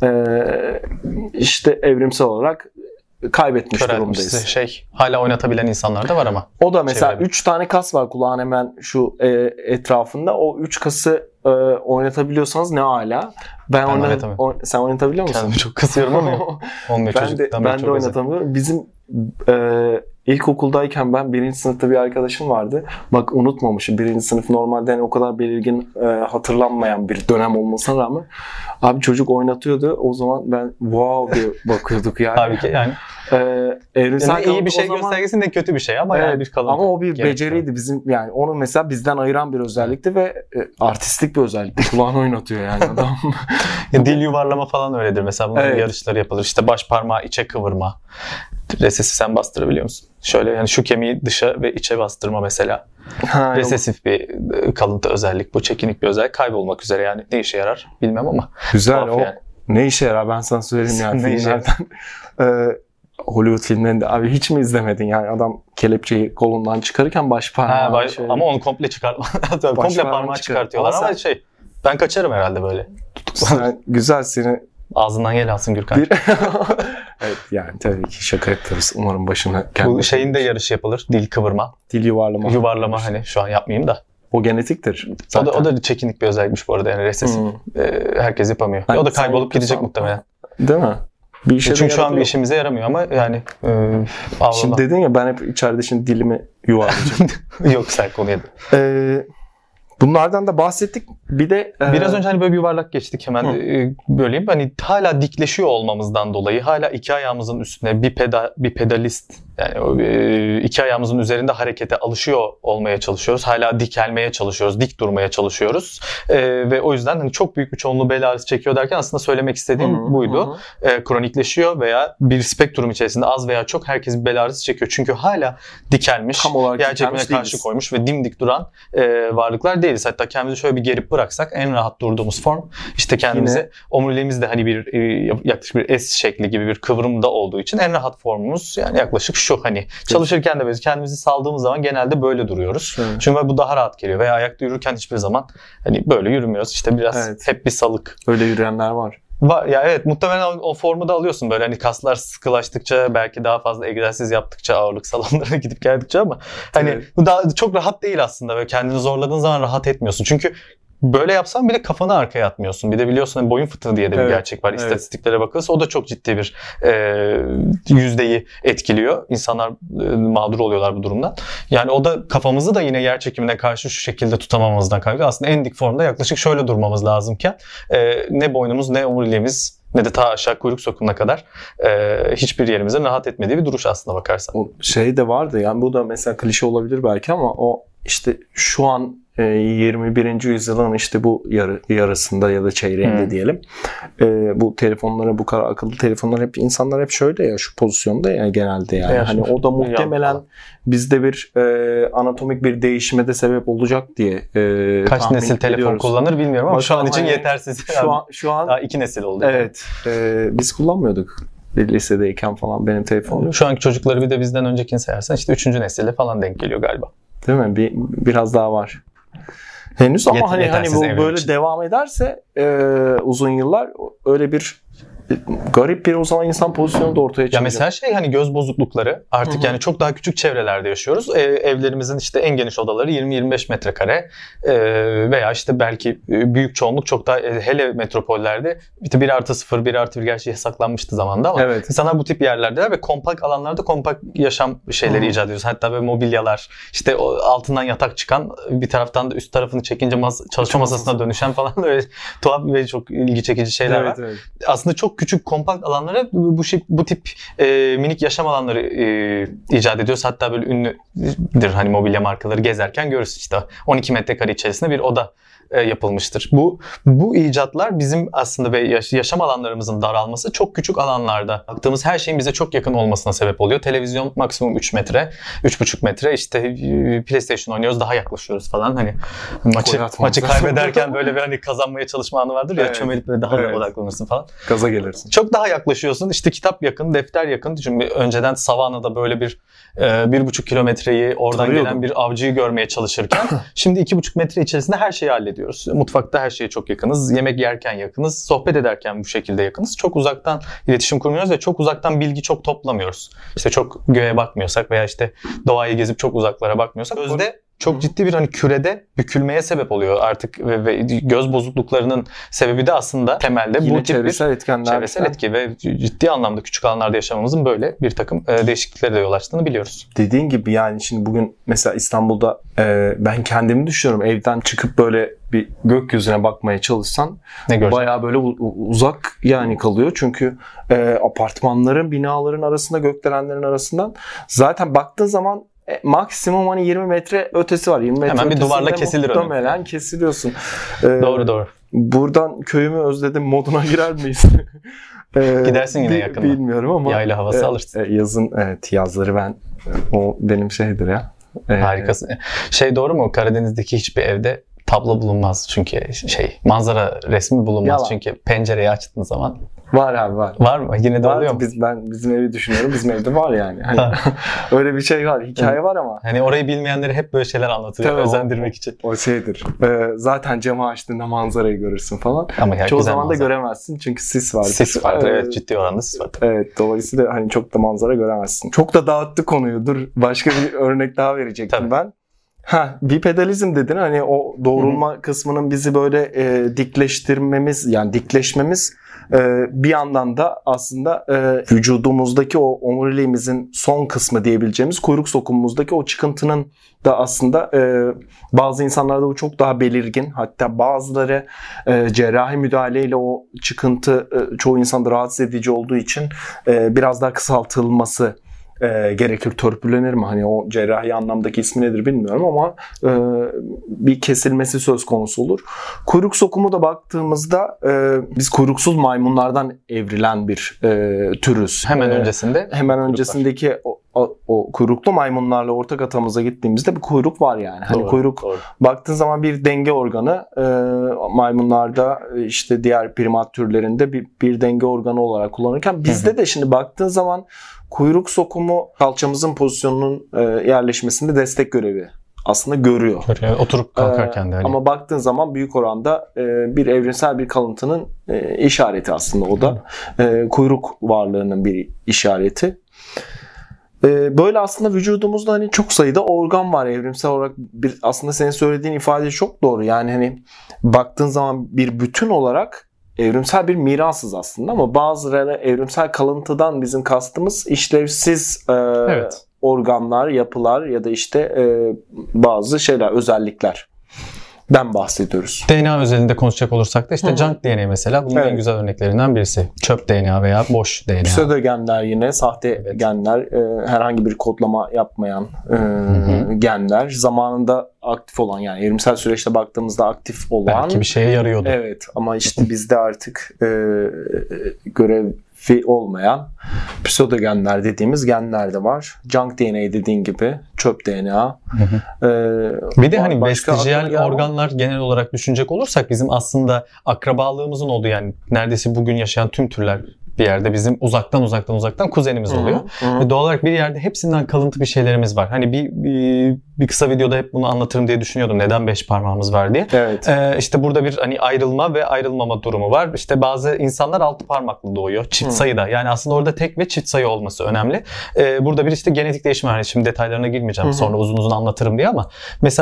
Speaker 2: işte evrimsel olarak kaybetmiş durumdayız.
Speaker 3: Hala oynatabilen insanlar da var ama.
Speaker 2: O da mesela 3 tane kas var kulağın hemen şu etrafında. O 3 kası oynatabiliyorsanız ne ala. Sen oynatabiliyor musun?
Speaker 3: Kendimi çok kasıyorum ama olmuyor.
Speaker 2: Ben de oynatamıyorum. Bizim ilkokuldayken ben 1. sınıfta bir arkadaşım vardı. Bak unutmamışım. 1. sınıf normalde o kadar belirgin hatırlanmayan bir dönem olmasına rağmen abi çocuk oynatıyordu. O zaman ben wow diye bakıyorduk yani.
Speaker 3: Tabii ki yani.
Speaker 2: Evrimsel
Speaker 3: iyi bir şey göstergesi de kötü bir şey ama yani bir kalıntı.
Speaker 2: Ama o bir beceriydi bizim, yani onu mesela bizden ayıran bir özellikti ve artistik bir özellikti. Kulağını oynatıyor yani adam.
Speaker 3: Dil yuvarlama falan öyledir. Mesela bunların yarışları yapılır. İşte baş parmağı içe kıvırma. Resesif sen bastırabiliyor musun? Şöyle yani şu kemiği dışa ve içe bastırma mesela. Resesif bir kalıntı özellik. Bu çekinik bir özellik. Kaybolmak üzere yani. Ne işe yarar bilmem ama.
Speaker 2: Güzel o. Yani. Ne işe yarar ben sana söyleyeyim yani filmlerden. Hollywood filmlerinde abi hiç mi izlemedin yani, adam kelepçeyi kolundan çıkarırken baş parmağı
Speaker 3: ama onu komple çıkartma. komple parmağı çıkartıyorlar ama ben kaçarım herhalde böyle.
Speaker 2: Sen, güzel, seni
Speaker 3: Ağzından yel alsın Gürkan.
Speaker 2: Evet yani tabii ki şaka yapıyoruz. Umarım başına
Speaker 3: Bu şeyin de yarışı yapılır. Dil kıvırma.
Speaker 2: Dil yuvarlama.
Speaker 3: Yuvarlama hani şu an yapmayayım da.
Speaker 2: O genetiktir. Zaten.
Speaker 3: O da çekinik bir özellikmiş bu arada yani resesif. Herkes yapamıyor. O da kaybolup gidecek muhtemelen.
Speaker 2: Değil mi? Bir işe
Speaker 3: çünkü şu an bir işimize yaramıyor ama yani
Speaker 2: şimdi dedin ya ben hep içeride şimdi dilimi yuvarlayacağım.
Speaker 3: Yok sen konuya.
Speaker 2: Bunlardan da bahsettik. Bir de
Speaker 3: biraz önce hani böyle bir yuvarlak geçtik hemen böleyim. Hani hala dikleşiyor olmamızdan dolayı hala iki ayağımızın üstüne bir pedalist yani iki ayağımızın üzerinde harekete alışıyor olmaya çalışıyoruz. Hala dikelmeye çalışıyoruz, dik durmaya çalışıyoruz. Ve o yüzden hani çok büyük bir çoğunluğu bel ağrısı çekiyor derken aslında söylemek istediğim buydu. Kronikleşiyor veya bir spektrum içerisinde az veya çok herkes bir bel ağrısı çekiyor. Çünkü hala dikelmiş, yer çekimine karşı koymuş ve dimdik duran varlıklar değiliz. Hatta kendimizi şöyle bir gerip bıraksak en rahat durduğumuz form işte kendimizi omurilimizde hani bir yaklaşık bir S şekli gibi bir kıvrımda olduğu için en rahat formumuz yani yaklaşık şu hani çalışırken de biz kendimizi saldığımız zaman genelde böyle duruyoruz. Evet. Çünkü bu daha rahat geliyor veya ayakta yürürken hiçbir zaman hani böyle yürümüyoruz. İşte biraz hep bir salık.
Speaker 2: Öyle yürüyenler var.
Speaker 3: Ya evet muhtemelen o formu da alıyorsun böyle hani kaslar sıkılaştıkça belki daha fazla egzersiz yaptıkça ağırlık salonlarına gidip geldikçe ama hani bu daha çok rahat değil aslında böyle kendini zorladığın zaman rahat etmiyorsun. Çünkü böyle yapsan bile kafanı arkaya atmıyorsun. Bir de biliyorsun hani boyun fıtığı diye de bir gerçek var. İstatistiklere bakılırsa o da çok ciddi bir yüzdeyi etkiliyor. İnsanlar mağdur oluyorlar bu durumdan. Yani o da kafamızı da yine yer çekimine karşı şu şekilde tutamamamızdan kaynaklı. Aslında en dik formda yaklaşık şöyle durmamız lazımken ne boynumuz ne omuriliğimiz ne de ta aşağı kuyruk sokumuna kadar hiçbir yerimizin rahat etmediği bir duruş aslına bakarsan.
Speaker 2: O şey de vardı yani bu da mesela klişe olabilir belki ama o işte şu an 21. yüzyılın işte bu yarısında ya da çeyreğinde diyelim. Bu telefonlara bu kadar akıllı telefonlar hep insanlar hep şöyle ya şu pozisyonda ya genelde yani. Hani o da muhtemelen bizde bir anatomik bir değişime de sebep olacak diye
Speaker 3: kaç nesil telefon kullanır bilmiyorum ama şu an için yetersiz.
Speaker 2: Şu an
Speaker 3: daha 2 nesil oldu.
Speaker 2: Evet. Biz kullanmıyorduk. Lisedeyken falan benim telefonum.
Speaker 3: Şu anki çocukları bir de bizden öncekini sayarsan işte 3. nesille falan denk geliyor galiba.
Speaker 2: Değil mi? Biraz daha var. Henüz ama hani bu böyle için devam ederse uzun yıllar öyle bir garip bir o zaman insan pozisyonu da ortaya çıkacak.
Speaker 3: Ya mesela hani göz bozuklukları artık yani çok daha küçük çevrelerde yaşıyoruz. Evlerimizin işte en geniş odaları 20-25 metrekare veya işte belki büyük çoğunluk çok daha hele metropollerde işte 1+0, 1+1 gerçi yasaklanmıştı zamanda ama insanlar bu tip yerlerdeler ve kompakt alanlarda kompakt yaşam şeyleri icat ediyoruz. Hatta böyle mobilyalar işte altından yatak çıkan bir taraftan da üst tarafını çekince çalışma masasına dönüşen falan öyle tuhaf ve çok ilgi çekici şeyler var. Evet. Aslında çok küçük kompakt alanlara bu tip minik yaşam alanları icat ediyoruz. Hatta böyle ünlüdür hani mobilya markaları gezerken görürsün işte 12 metrekare içerisinde bir oda yapılmıştır. Bu icatlar bizim aslında ve yaşam alanlarımızın daralması çok küçük alanlarda baktığımız her şeyin bize çok yakın olmasına sebep oluyor. Televizyon maksimum 3 metre, 3,5 metre işte PlayStation oynuyoruz daha yaklaşıyoruz falan hani maçı kaybederken böyle bir hani kazanmaya çalışma anı vardır ya çömelip böyle daha da odaklanırsın falan.
Speaker 2: Gaza gelirsin.
Speaker 3: Çok daha yaklaşıyorsun. İşte kitap yakın, defter yakın. Çünkü önceden Savana'da böyle bir 1,5 kilometreyi oradan gelen bir avcıyı görmeye çalışırken şimdi 2,5 metre içerisinde her şeyi hallediyoruz. Mutfakta her şeye çok yakınız. Yemek yerken yakınız. Sohbet ederken bu şekilde yakınız. Çok uzaktan iletişim kurmuyoruz ve çok uzaktan bilgi çok toplamıyoruz. İşte çok göğe bakmıyorsak veya işte doğayı gezip çok uzaklara bakmıyorsak gözde çok ciddi bir hani kürede bükülmeye sebep oluyor artık ve göz bozukluklarının sebebi de aslında temelde
Speaker 2: yine
Speaker 3: bu tip
Speaker 2: çevresel
Speaker 3: çevresel etki ve ciddi anlamda küçük alanlarda yaşamamızın böyle bir takım değişikliklere de yol açtığını biliyoruz.
Speaker 2: Dediğin gibi yani şimdi bugün mesela İstanbul'da ben kendimi düşünüyorum evden çıkıp böyle bir gökyüzüne bakmaya çalışsan bayağı böyle uzak yani kalıyor. Çünkü apartmanların, binaların arasında, gökdelenlerin arasından zaten baktığın zaman maksimum hani 20 metre ötesi var. 20 metre
Speaker 3: hemen bir duvarla kesilir önü.
Speaker 2: Muhtemelen kesiliyorsun.
Speaker 3: Doğru.
Speaker 2: Buradan köyümü özledim moduna girer miyiz?
Speaker 3: Gidersin yine yakında.
Speaker 2: Bilmiyorum ama.
Speaker 3: Yayla havası alırsın.
Speaker 2: Yazın yazları ben o benim şeydir ya.
Speaker 3: Harikasın. Doğru mu? Karadeniz'deki hiçbir evde tablo bulunmaz çünkü manzara resmi bulunmaz.
Speaker 2: Yalan.
Speaker 3: Çünkü pencereyi açtığın zaman.
Speaker 2: Var abi var.
Speaker 3: Var mı? Yine de
Speaker 2: var,
Speaker 3: oluyor mu?
Speaker 2: Bizim evi düşünüyorum. Bizim evde var yani. Hani öyle bir şey var. Hikaye var ama.
Speaker 3: Hani orayı bilmeyenlere hep böyle şeyler anlatılıyor.
Speaker 2: Tabii
Speaker 3: özendirmek için.
Speaker 2: O şeydir. Zaten camı açtığında manzarayı görürsün falan.
Speaker 3: Ama
Speaker 2: çoğu zaman da göremezsin çünkü sis vardır.
Speaker 3: Sis vardır. Evet, ciddi oranda sis vardır.
Speaker 2: Evet, dolayısıyla hani çok da manzara göremezsin. Çok da dağıttı konuyu. Dur başka bir örnek daha verecektim ben. Bipedalizm dedin, hani o doğrulma kısmının bizi böyle dikleştirmemiz, yani dikleşmemiz bir yandan da aslında vücudumuzdaki o omuriliğimizin son kısmı diyebileceğimiz kuyruk sokumumuzdaki o çıkıntının da aslında bazı insanlarda bu çok daha belirgin, hatta bazıları cerrahi müdahaleyle o çıkıntı çoğu insanda rahatsız edici olduğu için biraz daha kısaltılması gerekir. Törpülenir mi? Hani o cerrahi anlamdaki ismi nedir bilmiyorum ama bir kesilmesi söz konusu olur. Kuyruk sokumu da baktığımızda biz kuyruksuz maymunlardan evrilen bir türüz.
Speaker 3: Hemen öncesinde.
Speaker 2: Hemen öncesindeki o kuyruklu maymunlarla ortak atamıza gittiğimizde bir kuyruk var yani. Hani
Speaker 3: doğru,
Speaker 2: kuyruk
Speaker 3: doğru.
Speaker 2: Baktığın zaman bir denge organı, maymunlarda işte diğer primat türlerinde bir denge organı olarak kullanırken bizde de şimdi baktığın zaman kuyruk sokumu kalçamızın pozisyonunun yerleşmesinde destek görevi aslında görüyor.
Speaker 3: Oturup kalkarken de. Hani.
Speaker 2: Ama baktığın zaman büyük oranda bir evrimsel bir kalıntının işareti aslında o da. Kuyruk varlığının bir işareti. Böyle aslında vücudumuzda hani çok sayıda organ var evrimsel olarak. Aslında senin söylediğin ifade çok doğru. Yani hani baktığın zaman bir bütün olarak evrimsel bir mirasız aslında, ama bazıları evrimsel kalıntıdan bizim kastımız işlevsiz
Speaker 3: evet.
Speaker 2: organlar, yapılar ya da işte bazı şeyler, özellikler. Bahsediyoruz.
Speaker 3: DNA özelinde konuşacak olursak da işte junk DNA mesela bunun en güzel örneklerinden birisi. Çöp DNA veya boş DNA.
Speaker 2: Pseudogenler yine sahte genler, herhangi bir kodlama yapmayan genler, zamanında aktif olan, yani evrimsel süreçte baktığımızda aktif olan.
Speaker 3: Belki bir şeye yarıyordu.
Speaker 2: Evet, ama işte bizde artık görevi olmayan pseudogenler dediğimiz genler de var. Junk DNA dediğin gibi, çöp DNA.
Speaker 3: Bir de hani vestijyel organlar genel olarak düşünecek olursak bizim aslında akrabalığımızın olduğu, yani neredeyse bugün yaşayan tüm türler bir yerde bizim uzaktan kuzenimiz oluyor. Ve doğal olarak bir yerde hepsinden kalıntı bir şeylerimiz var. Hani bir kısa videoda hep bunu anlatırım diye düşünüyordum. Neden 5 parmağımız var diye.
Speaker 2: Evet.
Speaker 3: İşte burada bir hani ayrılma ve ayrılmama durumu var. İşte bazı insanlar 6 parmaklı doğuyor. Çift sayıda. Yani aslında orada tek ve çift sayı olması önemli. Burada bir işte genetik değişim var. Şimdi detaylarına girmeyeceğim. Sonra uzun anlatırım diye, ama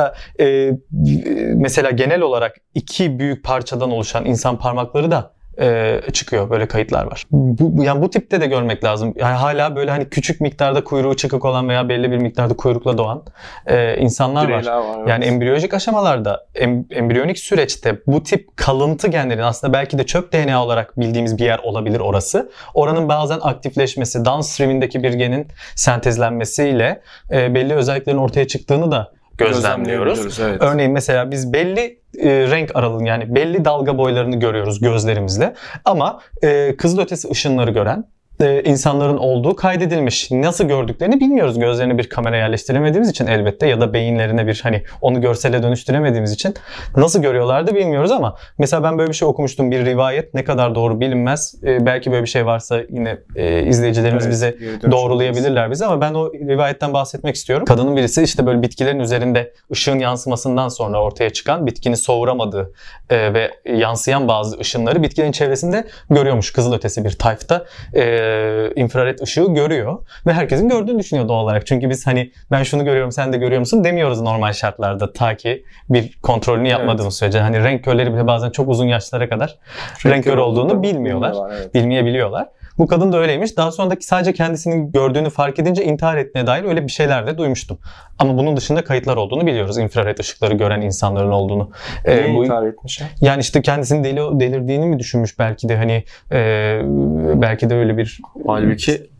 Speaker 3: mesela genel olarak 2 büyük parçadan oluşan insan parmakları da çıkıyor. Böyle kayıtlar var. Yani bu tipte de görmek lazım. Yani hala böyle hani küçük miktarda kuyruğu çıkık olan veya belli bir miktarda kuyrukla doğan insanlar var.
Speaker 2: Evet.
Speaker 3: Yani embriyolojik aşamalarda, embriyonik süreçte bu tip kalıntı genlerin aslında belki de çöp DNA olarak bildiğimiz bir yer olabilir orası. Oranın bazen aktifleşmesi, downstream'indeki bir genin sentezlenmesiyle belli özelliklerin ortaya çıktığını da gözlemliyoruz.
Speaker 2: Evet.
Speaker 3: Örneğin mesela biz belli renk aralığını, yani belli dalga boylarını görüyoruz gözlerimizle, ama kızılötesi ışınları gören insanların olduğu kaydedilmiş. Nasıl gördüklerini bilmiyoruz. Gözlerine bir kamera yerleştiremediğimiz için elbette, ya da beyinlerine bir hani onu görsele dönüştüremediğimiz için nasıl görüyorlardı bilmiyoruz, ama mesela ben böyle bir şey okumuştum, bir rivayet, ne kadar doğru bilinmez. Belki böyle bir şey varsa yine izleyicilerimiz bize doğrulayabilirler bizi, ama ben o rivayetten bahsetmek istiyorum. Kadının birisi işte böyle bitkilerin üzerinde ışığın yansımasından sonra ortaya çıkan, bitkinin soğuramadığı ve yansıyan bazı ışınları bitkilerin çevresinde görüyormuş. Kızılötesi bir tayfta infrared ışığı görüyor ve herkesin gördüğünü düşünüyor doğal olarak. Çünkü biz hani ben şunu görüyorum sen de görüyor musun demiyoruz normal şartlarda, ta ki bir kontrolünü yapmadığımız sürece. Hani renk körleri bile bazen çok uzun yaşlara kadar renk kör olduğunu bilmiyorlar. Bilmeyebiliyorlar. Bu kadın da öyleymiş. Daha sonraki sadece kendisinin gördüğünü fark edince intihar ettiğine dair öyle bir şeyler de duymuştum. Ama bunun dışında kayıtlar olduğunu biliyoruz. İnfrared ışıkları gören insanların olduğunu.
Speaker 2: Niye intihar etmiş ya?
Speaker 3: Yani işte kendisini delirdiğini mi düşünmüş belki de, hani belki de öyle bir...
Speaker 2: Halbuki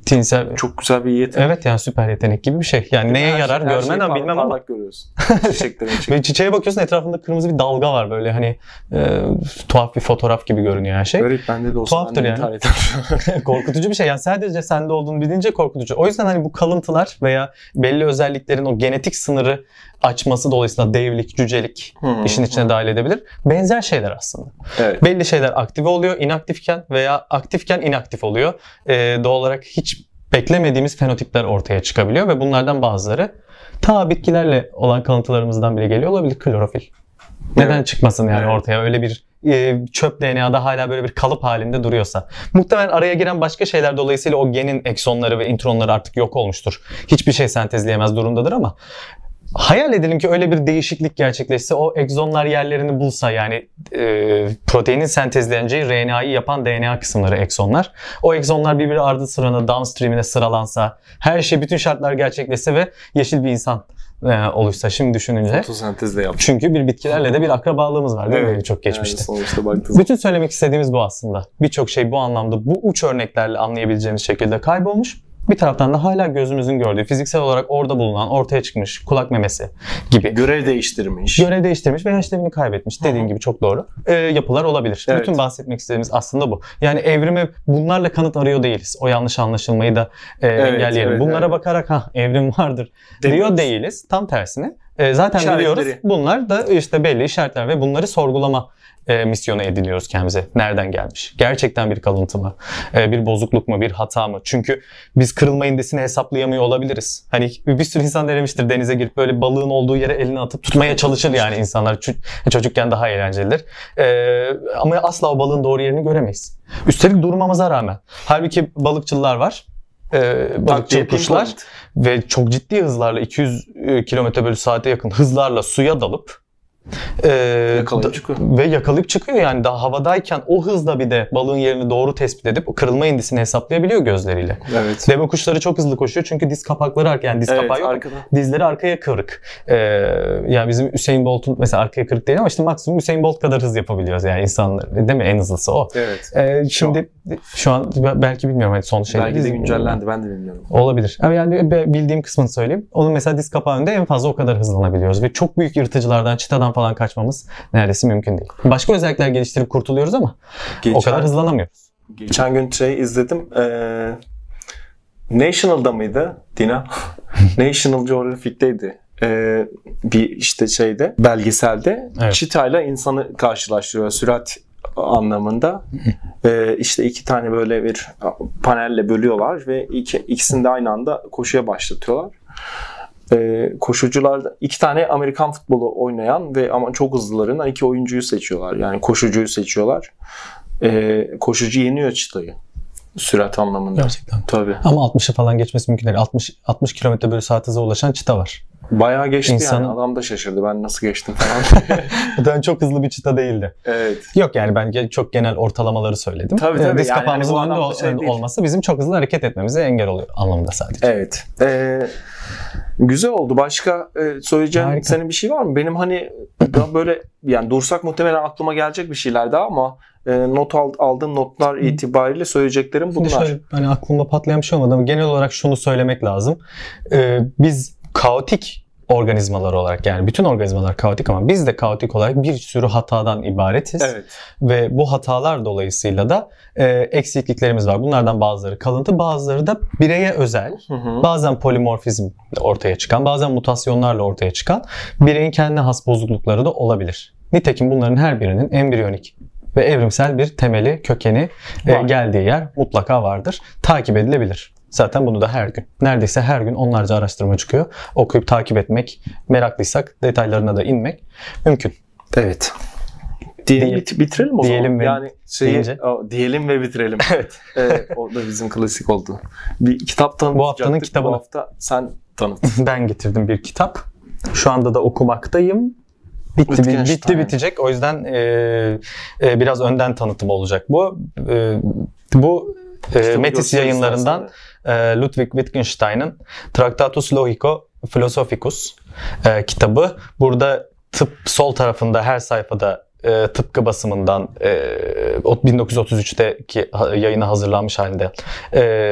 Speaker 3: tinsel.
Speaker 2: Çok güzel bir yetenek.
Speaker 3: Evet yani süper yetenek gibi bir şey. Yani neye yarar görmeden bilmem ama.
Speaker 2: Görüyorsun. Çiçeklerin
Speaker 3: Ve çiçeğe bakıyorsun etrafında kırmızı bir dalga var böyle hani tuhaf bir fotoğraf gibi görünüyor her şey.
Speaker 2: Garip, bende de olsa.
Speaker 3: Tuhaftır yani. Korkutucu bir şey. Yani sadece sende olduğunu bilince korkutucu. O yüzden hani bu kalıntılar veya belli özelliklerin o genetik sınırı açması dolayısıyla devlik, cücelik işin içine dahil edebilir. Benzer şeyler aslında.
Speaker 2: Evet.
Speaker 3: Belli şeyler aktive oluyor inaktifken veya aktifken inaktif oluyor. Doğal olarak hiç beklemediğimiz fenotipler ortaya çıkabiliyor ve bunlardan bazıları ta bitkilerle olan kalıntılarımızdan bile geliyor olabilir. Klorofil. Neden çıkmasın yani ortaya öyle bir çöp DNA'da hala böyle bir kalıp halinde duruyorsa. Muhtemelen araya giren başka şeyler dolayısıyla o genin eksonları ve intronları artık yok olmuştur. Hiçbir şey sentezleyemez durumdadır ama hayal edelim ki öyle bir değişiklik gerçekleşse, o egzonlar yerlerini bulsa yani proteinin sentezleneceği RNA'yı yapan DNA kısımları eksonlar. O egzonlar birbiri ardı sırana downstream'ine sıralansa, her şey bütün şartlar gerçekleşse ve yeşil bir insan oluşsa şimdi düşününce.
Speaker 2: Fotosentezle yaptı.
Speaker 3: Çünkü bir bitkilerle de bir akrabalığımız var değil mi? Çok geçmişte.
Speaker 2: Yani sonuçta baktığınız.
Speaker 3: Bütün söylemek istediğimiz bu aslında. Birçok şey bu anlamda bu uç örneklerle anlayabileceğimiz şekilde kaybolmuş. Bir taraftan da hala gözümüzün gördüğü, fiziksel olarak orada bulunan, ortaya çıkmış kulak memesi gibi.
Speaker 2: Görev değiştirmiş.
Speaker 3: Görev değiştirmiş veya işlevini kaybetmiş. Dediğin gibi çok doğru. Yapılar olabilir. Evet. Bütün bahsetmek istediğimiz aslında bu. Yani evrime bunlarla kanıt arıyor değiliz. O yanlış anlaşılmayı da engelleyelim. Evet, bunlara bakarak evrim vardır diyor değiliz. Tam tersine. Zaten biliyoruz. Bunlar da işte belli işaretler ve bunları sorgulama misyonu ediniyoruz kendimize. Nereden gelmiş? Gerçekten bir kalıntı mı? Bir bozukluk mu? Bir hata mı? Çünkü biz kırılma indesini hesaplayamıyor olabiliriz. Hani bir sürü insan denemiştir denize girip böyle balığın olduğu yere elini atıp tutmaya çalışır yani insanlar. Çocukken daha eğlencelidir. Ama asla o balığın doğru yerini göremeyiz. Üstelik durmamıza rağmen. Halbuki balıkçılar var. Balıkçı kuşlar ve çok ciddi hızlarla 200 km/saate yakın hızlarla suya dalıp yakalayıp çıkıyor yani daha havadayken o hızla bir de balığın yerini doğru tespit edip o kırılma indisini hesaplayabiliyor gözleriyle.
Speaker 2: Evet.
Speaker 3: Deve kuşları çok hızlı koşuyor çünkü diz kapakları yani diz kapağı yok. Arkada. Dizleri arkaya kıvrık. Yani bizim Usain Bolt'un mesela arkaya kırık değil ama işte maksimum Usain Bolt kadar hız yapabiliyoruz yani insanlar. Değil mi? En hızlısı o.
Speaker 2: Evet.
Speaker 3: Şimdi şu an belki bilmiyorum hani son şeyler.
Speaker 2: Belki de güncellendi ben de bilmiyorum.
Speaker 3: Olabilir. Ama yani bildiğim kısmını söyleyeyim. Onun mesela diz kapağında en fazla o kadar hızlanabiliyoruz ve çok büyük yırtıcılardan, çitadan falan kaçmamız neredeyse mümkün değil. Başka özellikler geliştirip kurtuluyoruz ama o kadar hızlanamıyoruz.
Speaker 2: Geçen gün izledim. National'da mıydı Dina? National Geographic'teydi. Bir işte belgeselde çitayla insanı karşılaştırıyor sürat anlamında. İşte iki tane böyle bir panelle bölüyorlar ve ikisini de aynı anda koşuya başlatıyorlar. Koşucular iki tane Amerikan futbolu oynayan ve ama çok hızlılarından iki oyuncuyu seçiyorlar. Yani koşucuyu seçiyorlar. Koşucu yeniyor çitayı. Sürat anlamında.
Speaker 3: Gerçekten.
Speaker 2: Tabii.
Speaker 3: Ama 60'ı falan geçmesi mümkün değil. 60 km/saat hıza ulaşan çita var.
Speaker 2: Bayağı geçti yani. Adam da şaşırdı. Ben nasıl geçtim falan.
Speaker 3: Ben çok hızlı bir çita değildi.
Speaker 2: Evet.
Speaker 3: Yok yani ben çok genel ortalamaları söyledim.
Speaker 2: Tabii.
Speaker 3: Diz kapağımızın önünde olması bizim çok hızlı hareket etmemize engel oluyor anlamında sadece.
Speaker 2: Evet. Güzel oldu. Başka söyleyeceğin senin bir şey var mı? Benim hani böyle yani dursak muhtemelen aklıma gelecek bir şeyler daha ama aldığım notlar itibariyle söyleyeceklerim bunlar.
Speaker 3: Şimdi şöyle hani aklımda patlayan bir şey olmadı ama genel olarak şunu söylemek lazım. Biz kaotik organizmalar olarak yani bütün organizmalar kaotik ama biz de kaotik olarak bir sürü hatadan ibaretiz.
Speaker 2: Evet.
Speaker 3: Ve bu hatalar dolayısıyla da eksikliklerimiz var. Bunlardan bazıları kalıntı, bazıları da bireye özel, bazen polimorfizmle ortaya çıkan, bazen mutasyonlarla ortaya çıkan bireyin kendine has bozuklukları da olabilir. Nitekim bunların her birinin embriyonik ve evrimsel bir temeli, kökeni geldiği yer mutlaka vardır. Takip edilebilir. Zaten bunu da her gün, neredeyse her gün onlarca araştırma çıkıyor. Okuyup takip etmek, meraklıysak detaylarına da inmek mümkün.
Speaker 2: Evet. Bitirelim o
Speaker 3: diyelim
Speaker 2: zaman. Yani diyelim ve bitirelim.
Speaker 3: Evet.
Speaker 2: O da bizim klasik oldu. Bir kitap tanıtacaktık.
Speaker 3: Bu haftanın kitabını.
Speaker 2: Bu hafta sen tanıt.
Speaker 3: Ben getirdim bir kitap. Şu anda da okumaktayım. Bitecek. O yüzden biraz önden tanıtım olacak bu. Metis yayınlarından Ludwig Wittgenstein'ın Tractatus Logico-Philosophicus kitabı. Burada sol tarafında her sayfada tıpkı basımından 1933'teki yayına hazırlanmış halinde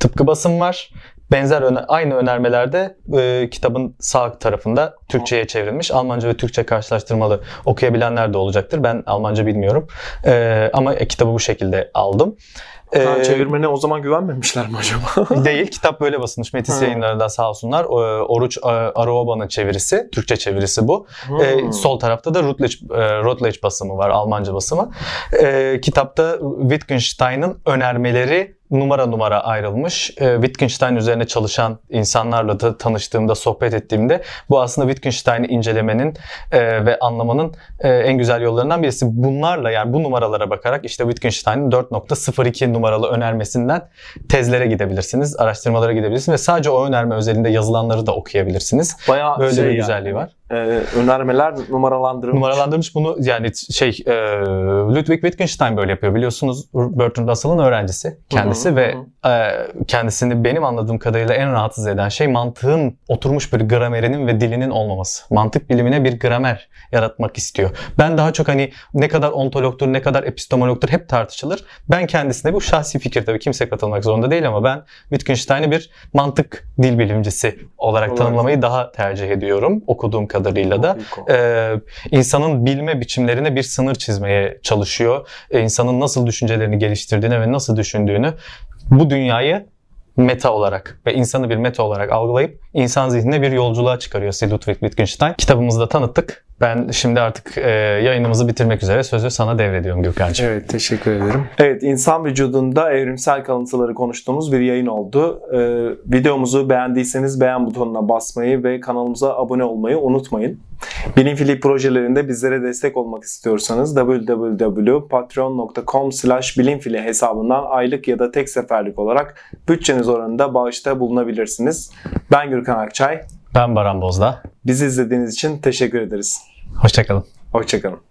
Speaker 3: tıpkı basım var. Benzer aynı önermelerde kitabın sağ tarafında Türkçe'ye çevrilmiş. Almanca ve Türkçe karşılaştırmalı okuyabilenler de olacaktır. Ben Almanca bilmiyorum. Ama kitabı bu şekilde aldım.
Speaker 2: Çevirmene o zaman güvenmemişler mi acaba?
Speaker 3: Değil. Kitap böyle basılmış. Metis Yayınları'ndan sağ olsunlar. Oruç Araoba'nın çevirisi. Türkçe çevirisi bu. Sol tarafta da Routledge basımı var. Almanca basımı. Kitapta Wittgenstein'ın önermeleri numara numara ayrılmış. Wittgenstein üzerine çalışan insanlarla da tanıştığımda, sohbet ettiğimde bu aslında Wittgenstein'i incelemenin ve anlamanın en güzel yollarından birisi. Bunlarla, yani bu numaralara bakarak işte Wittgenstein'in 4.02 numaralı önermesinden tezlere gidebilirsiniz, araştırmalara gidebilirsiniz ve sadece o önerme özelinde yazılanları da okuyabilirsiniz.
Speaker 2: Bayağı
Speaker 3: böyle bir güzelliği var.
Speaker 2: Önermeler numaralandırılmış.
Speaker 3: Bunu yani Ludwig Wittgenstein böyle yapıyor. Biliyorsunuz Bertrand Russell'ın öğrencisi kendisi ve kendisini benim anladığım kadarıyla en rahatsız eden şey mantığın oturmuş bir gramerinin ve dilinin olmaması. Mantık bilimine bir gramer yaratmak istiyor. Ben daha çok hani ne kadar ontologtur, ne kadar epistemologtur hep tartışılır. Ben kendisine, bu şahsi fikir tabii, kimse katılmak zorunda değil ama ben Wittgenstein'i bir mantık dil bilimcisi olarak tanımlamayı daha tercih ediyorum okuduğum kadarıyla da. İnsanın bilme biçimlerine bir sınır çizmeye çalışıyor. İnsanın nasıl düşüncelerini geliştirdiğini ve nasıl düşündüğünü, bu dünyayı meta olarak ve insanı bir meta olarak algılayıp insan zihnine bir yolculuğa çıkarıyor Ludwig Wittgenstein. Kitabımızı da tanıttık. Ben şimdi artık yayınımızı bitirmek üzere sözü sana devrediyorum Gürkan'cığım.
Speaker 2: Evet, teşekkür ederim. Evet, insan vücudunda evrimsel kalıntıları konuştuğumuz bir yayın oldu. Videomuzu beğendiyseniz beğen butonuna basmayı ve kanalımıza abone olmayı unutmayın. Bilimfili projelerinde bizlere destek olmak istiyorsanız www.patreon.com/bilimfili hesabından aylık ya da tek seferlik olarak bütçeniz oranında bağışta bulunabilirsiniz. Ben Gürkan Akçay.
Speaker 3: Ben Baran Bozdağ.
Speaker 2: Bizi izlediğiniz için teşekkür ederiz.
Speaker 3: Hoşçakalın.
Speaker 2: Hoşçakalın.